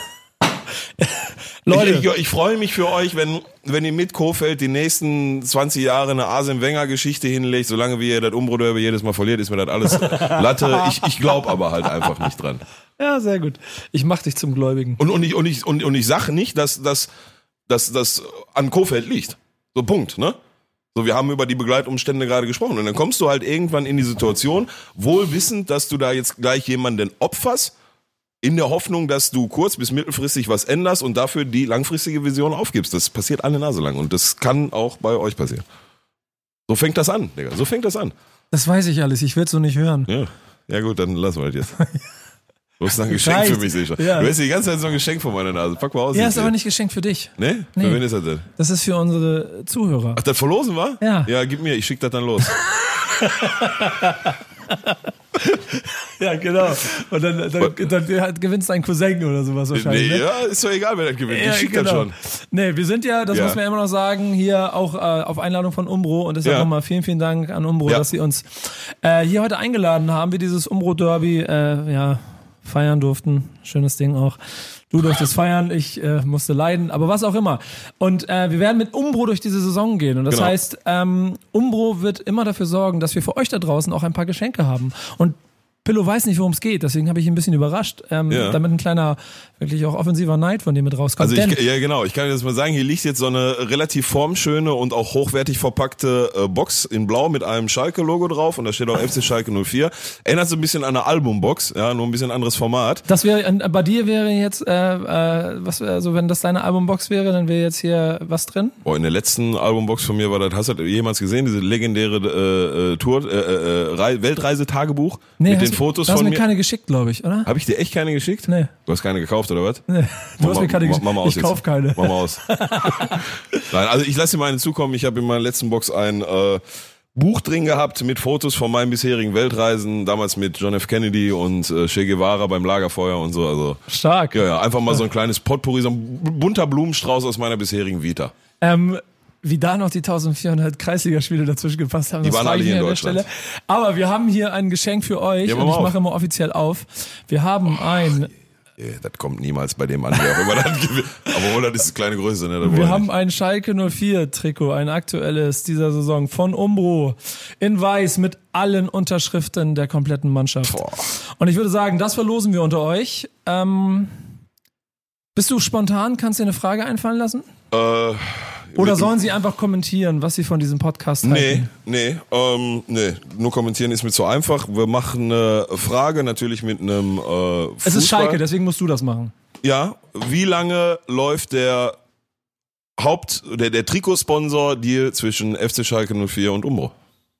Speaker 2: Leute,
Speaker 1: ich, ich, ich freue mich für euch, wenn wenn ihr mit Kohfeldt die nächsten zwanzig Jahre eine Arsene Wenger Geschichte hinlegt, solange wie ihr das Umbro Derby jedes Mal verliert, ist mir das alles Latte. Ich, ich glaube aber halt einfach nicht dran.
Speaker 2: Ja, sehr gut. Ich mach dich zum Gläubigen.
Speaker 1: Und, und ich, und ich, und, und ich sage nicht, dass das dass, dass an Kohfeldt liegt. So, Punkt, ne? So, wir haben über die Begleitumstände gerade gesprochen. Und dann kommst du halt irgendwann in die Situation, wohl wissend, dass du da jetzt gleich jemanden opferst, in der Hoffnung, dass du kurz- bis mittelfristig was änderst und dafür die langfristige Vision aufgibst. Das passiert alle Nase lang und das kann auch bei euch passieren. So fängt das an, Digga. So fängt das an.
Speaker 2: Das weiß ich alles. Ich will es so nicht hören.
Speaker 1: Ja, ja gut, dann lassen wir das jetzt. Du hast ein Geschenk Reicht. für mich, sicher. Ja. Du hast die ganze Zeit so ein Geschenk vor meiner Nase. Pack mal aus.
Speaker 2: Ja, ist aber nicht Geschenk für dich.
Speaker 1: Nee? nee? Für wen ist das denn?
Speaker 2: Das ist für unsere Zuhörer.
Speaker 1: Ach, das verlosen war?
Speaker 2: Ja.
Speaker 1: Ja, gib mir, ich schick das dann los.
Speaker 2: Ja, genau. Und dann, dann, dann, dann gewinnst du einen Cousin oder sowas wahrscheinlich.
Speaker 1: Nee,
Speaker 2: ne?
Speaker 1: Ja, ist doch egal, wer das gewinnt.
Speaker 2: Ja,
Speaker 1: ich schick
Speaker 2: genau.
Speaker 1: das schon.
Speaker 2: Nee, wir sind ja, das ja. muss man ja immer noch sagen, hier auch äh, auf Einladung von Umbro und deshalb ja. nochmal vielen, vielen Dank an Umbro, ja. dass sie uns äh, hier heute eingeladen haben, wir dieses Umbro Derby, äh, ja, feiern durften. Schönes Ding auch. Du durftest feiern, ich äh, musste leiden, aber was auch immer. Und äh, wir werden mit Umbro durch diese Saison gehen. Und das
Speaker 1: genau.
Speaker 2: heißt, ähm, Umbro wird immer dafür sorgen, dass wir für euch da draußen auch ein paar Geschenke haben. Und Pillow weiß nicht, worum es geht, deswegen habe ich ihn ein bisschen überrascht, ähm,
Speaker 1: ja.
Speaker 2: damit ein kleiner, wirklich auch offensiver Neid von dir mit rauskommt.
Speaker 1: Also ich,
Speaker 2: Denn,
Speaker 1: ja genau, ich kann jetzt mal sagen, hier liegt jetzt so eine relativ formschöne und auch hochwertig verpackte äh, Box in Blau mit einem Schalke-Logo drauf und da steht auch F C Schalke null vier. Erinnert so ein bisschen an eine Albumbox, ja, nur ein bisschen anderes Format.
Speaker 2: Das wäre, bei dir wäre jetzt, äh, äh, was, also wenn das deine Albumbox wäre, dann wäre jetzt hier was drin?
Speaker 1: Boah, in der letzten Albumbox von mir war das, hast du das jemals gesehen, diese legendäre äh, äh, Tour, äh, äh, Weltreisetagebuch
Speaker 2: nee,
Speaker 1: mit den
Speaker 2: du,
Speaker 1: Fotos
Speaker 2: du hast
Speaker 1: von
Speaker 2: mir
Speaker 1: mir.
Speaker 2: keine geschickt, glaube ich, oder?
Speaker 1: Habe ich dir echt keine geschickt?
Speaker 2: Nee.
Speaker 1: Du hast keine gekauft, oder was?
Speaker 2: Nee, du
Speaker 1: mach
Speaker 2: hast
Speaker 1: mal,
Speaker 2: mir keine
Speaker 1: mach,
Speaker 2: geschickt.
Speaker 1: mach mal aus
Speaker 2: Ich
Speaker 1: jetzt.
Speaker 2: kauf keine.
Speaker 1: Mach mal aus. Nein, also ich lasse dir mal eine zukommen. Ich habe in meiner letzten Box ein äh, Buch drin gehabt mit Fotos von meinen bisherigen Weltreisen, damals mit John F. Kennedy und äh, Che Guevara beim Lagerfeuer und so. Also
Speaker 2: stark.
Speaker 1: Ja, ja, einfach mal so ein kleines Potpourri, so ein bunter Blumenstrauß aus meiner bisherigen Vita.
Speaker 2: Ähm, wie da noch die eintausendvierhundert Kreisligaspiele dazwischen gepasst haben,
Speaker 1: die
Speaker 2: das
Speaker 1: waren
Speaker 2: frage
Speaker 1: alle
Speaker 2: ich
Speaker 1: hier
Speaker 2: mir
Speaker 1: in
Speaker 2: an der
Speaker 1: Deutschland.
Speaker 2: Stelle. Aber wir haben hier ein Geschenk für euch
Speaker 1: Ja,
Speaker 2: und
Speaker 1: mach
Speaker 2: ich
Speaker 1: mal
Speaker 2: mache mal offiziell auf. Wir haben ein...
Speaker 1: Das kommt niemals bei dem an, wer auch immer das gewinnt. Aber wohl, das ist eine kleine Größe. Ne? Das
Speaker 2: Wir
Speaker 1: wollen
Speaker 2: haben
Speaker 1: nicht.
Speaker 2: ein Schalke null vier Trikot, ein aktuelles dieser Saison von Umbro in weiß mit allen Unterschriften der kompletten Mannschaft.
Speaker 1: Boah.
Speaker 2: Und ich würde sagen, das verlosen wir unter euch. Ähm, bist du spontan? Kannst du dir eine Frage einfallen lassen?
Speaker 1: Äh,
Speaker 2: Oder sollen sie einfach kommentieren, was sie von diesem Podcast
Speaker 1: Nee,
Speaker 2: halten?
Speaker 1: nee, ähm, nee. Nur kommentieren ist mir zu einfach. Wir machen eine Frage natürlich mit einem äh, Fußball.
Speaker 2: Es ist Schalke, deswegen musst du das machen.
Speaker 1: Ja, wie lange läuft der Haupt, der, der Trikotsponsor-Deal zwischen F C Schalke null vier und Umbro?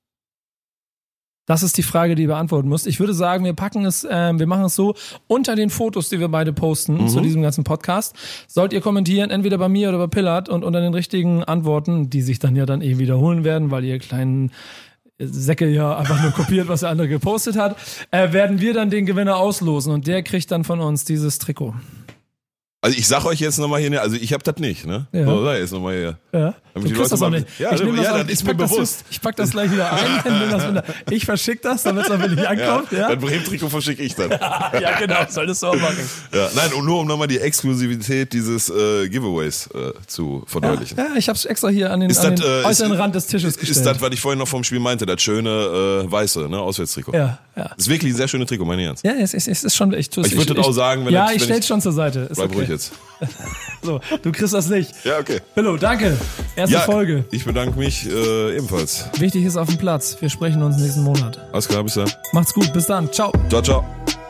Speaker 2: Das ist die Frage, die ihr beantworten müsst. Ich würde sagen, wir packen es, äh, wir machen es so, unter den Fotos, die wir beide posten
Speaker 1: Mhm.
Speaker 2: zu diesem ganzen Podcast, sollt ihr kommentieren, entweder bei mir oder bei Pillard und unter den richtigen Antworten, die sich dann ja dann eh wiederholen werden, weil ihr kleinen Säcke ja einfach nur kopiert, was der andere gepostet hat, äh, werden wir dann den Gewinner auslosen und der kriegt dann von uns dieses Trikot.
Speaker 1: Also ich sag euch jetzt nochmal hier, ne, also ich hab das nicht, ne?
Speaker 2: Ja.
Speaker 1: So, sag jetzt nochmal hier.
Speaker 2: Ja.
Speaker 1: Damit
Speaker 2: Du
Speaker 1: die
Speaker 2: kriegst
Speaker 1: Leute
Speaker 2: das auch
Speaker 1: mal-
Speaker 2: nicht.
Speaker 1: Ja,
Speaker 2: ich nehm
Speaker 1: ja,
Speaker 2: das,
Speaker 1: das
Speaker 2: auch-
Speaker 1: ist
Speaker 2: ich
Speaker 1: mir
Speaker 2: pack das,
Speaker 1: bewusst.
Speaker 2: Ich pack das gleich wieder ein, nimm das wieder. Ich verschick das, damit es dann wirklich ankommt. Ja,
Speaker 1: Ja, das Bremen-Trikot verschicke ich dann.
Speaker 2: ja genau, solltest du auch machen.
Speaker 1: Ja, nein, und nur um nochmal die Exklusivität dieses äh, Giveaways äh, zu verdeutlichen.
Speaker 2: Ja, ich hab's extra hier an den,
Speaker 1: Ist
Speaker 2: an
Speaker 1: das,
Speaker 2: den
Speaker 1: äh,
Speaker 2: äußeren
Speaker 1: ist-
Speaker 2: Rand des Tisches gestellt.
Speaker 1: Ist das, was ich vorhin noch vom Spiel meinte, das schöne äh, weiße, ne, Auswärtstrikot.
Speaker 2: Ja, ja.
Speaker 1: Das ist wirklich ein sehr schönes Trikot, meine ich ernst.
Speaker 2: Ja, es ist, es ist schon, ich,
Speaker 1: Ich würde das auch sagen, wenn
Speaker 2: ja,
Speaker 1: das-
Speaker 2: ich
Speaker 1: wenn
Speaker 2: stell's
Speaker 1: ich-
Speaker 2: schon zur Seite. Ist
Speaker 1: Bleib
Speaker 2: okay.
Speaker 1: ruhig jetzt.
Speaker 2: So, du kriegst das nicht.
Speaker 1: Ja, okay.
Speaker 2: Pillow, danke. Erste
Speaker 1: Ja,
Speaker 2: Folge.
Speaker 1: ich bedanke mich äh, ebenfalls.
Speaker 2: Wichtig ist auf dem Platz. Wir sprechen uns nächsten Monat.
Speaker 1: Alles klar, bis dann.
Speaker 2: Macht's gut. Bis dann. Ciao.
Speaker 1: Ciao, ciao.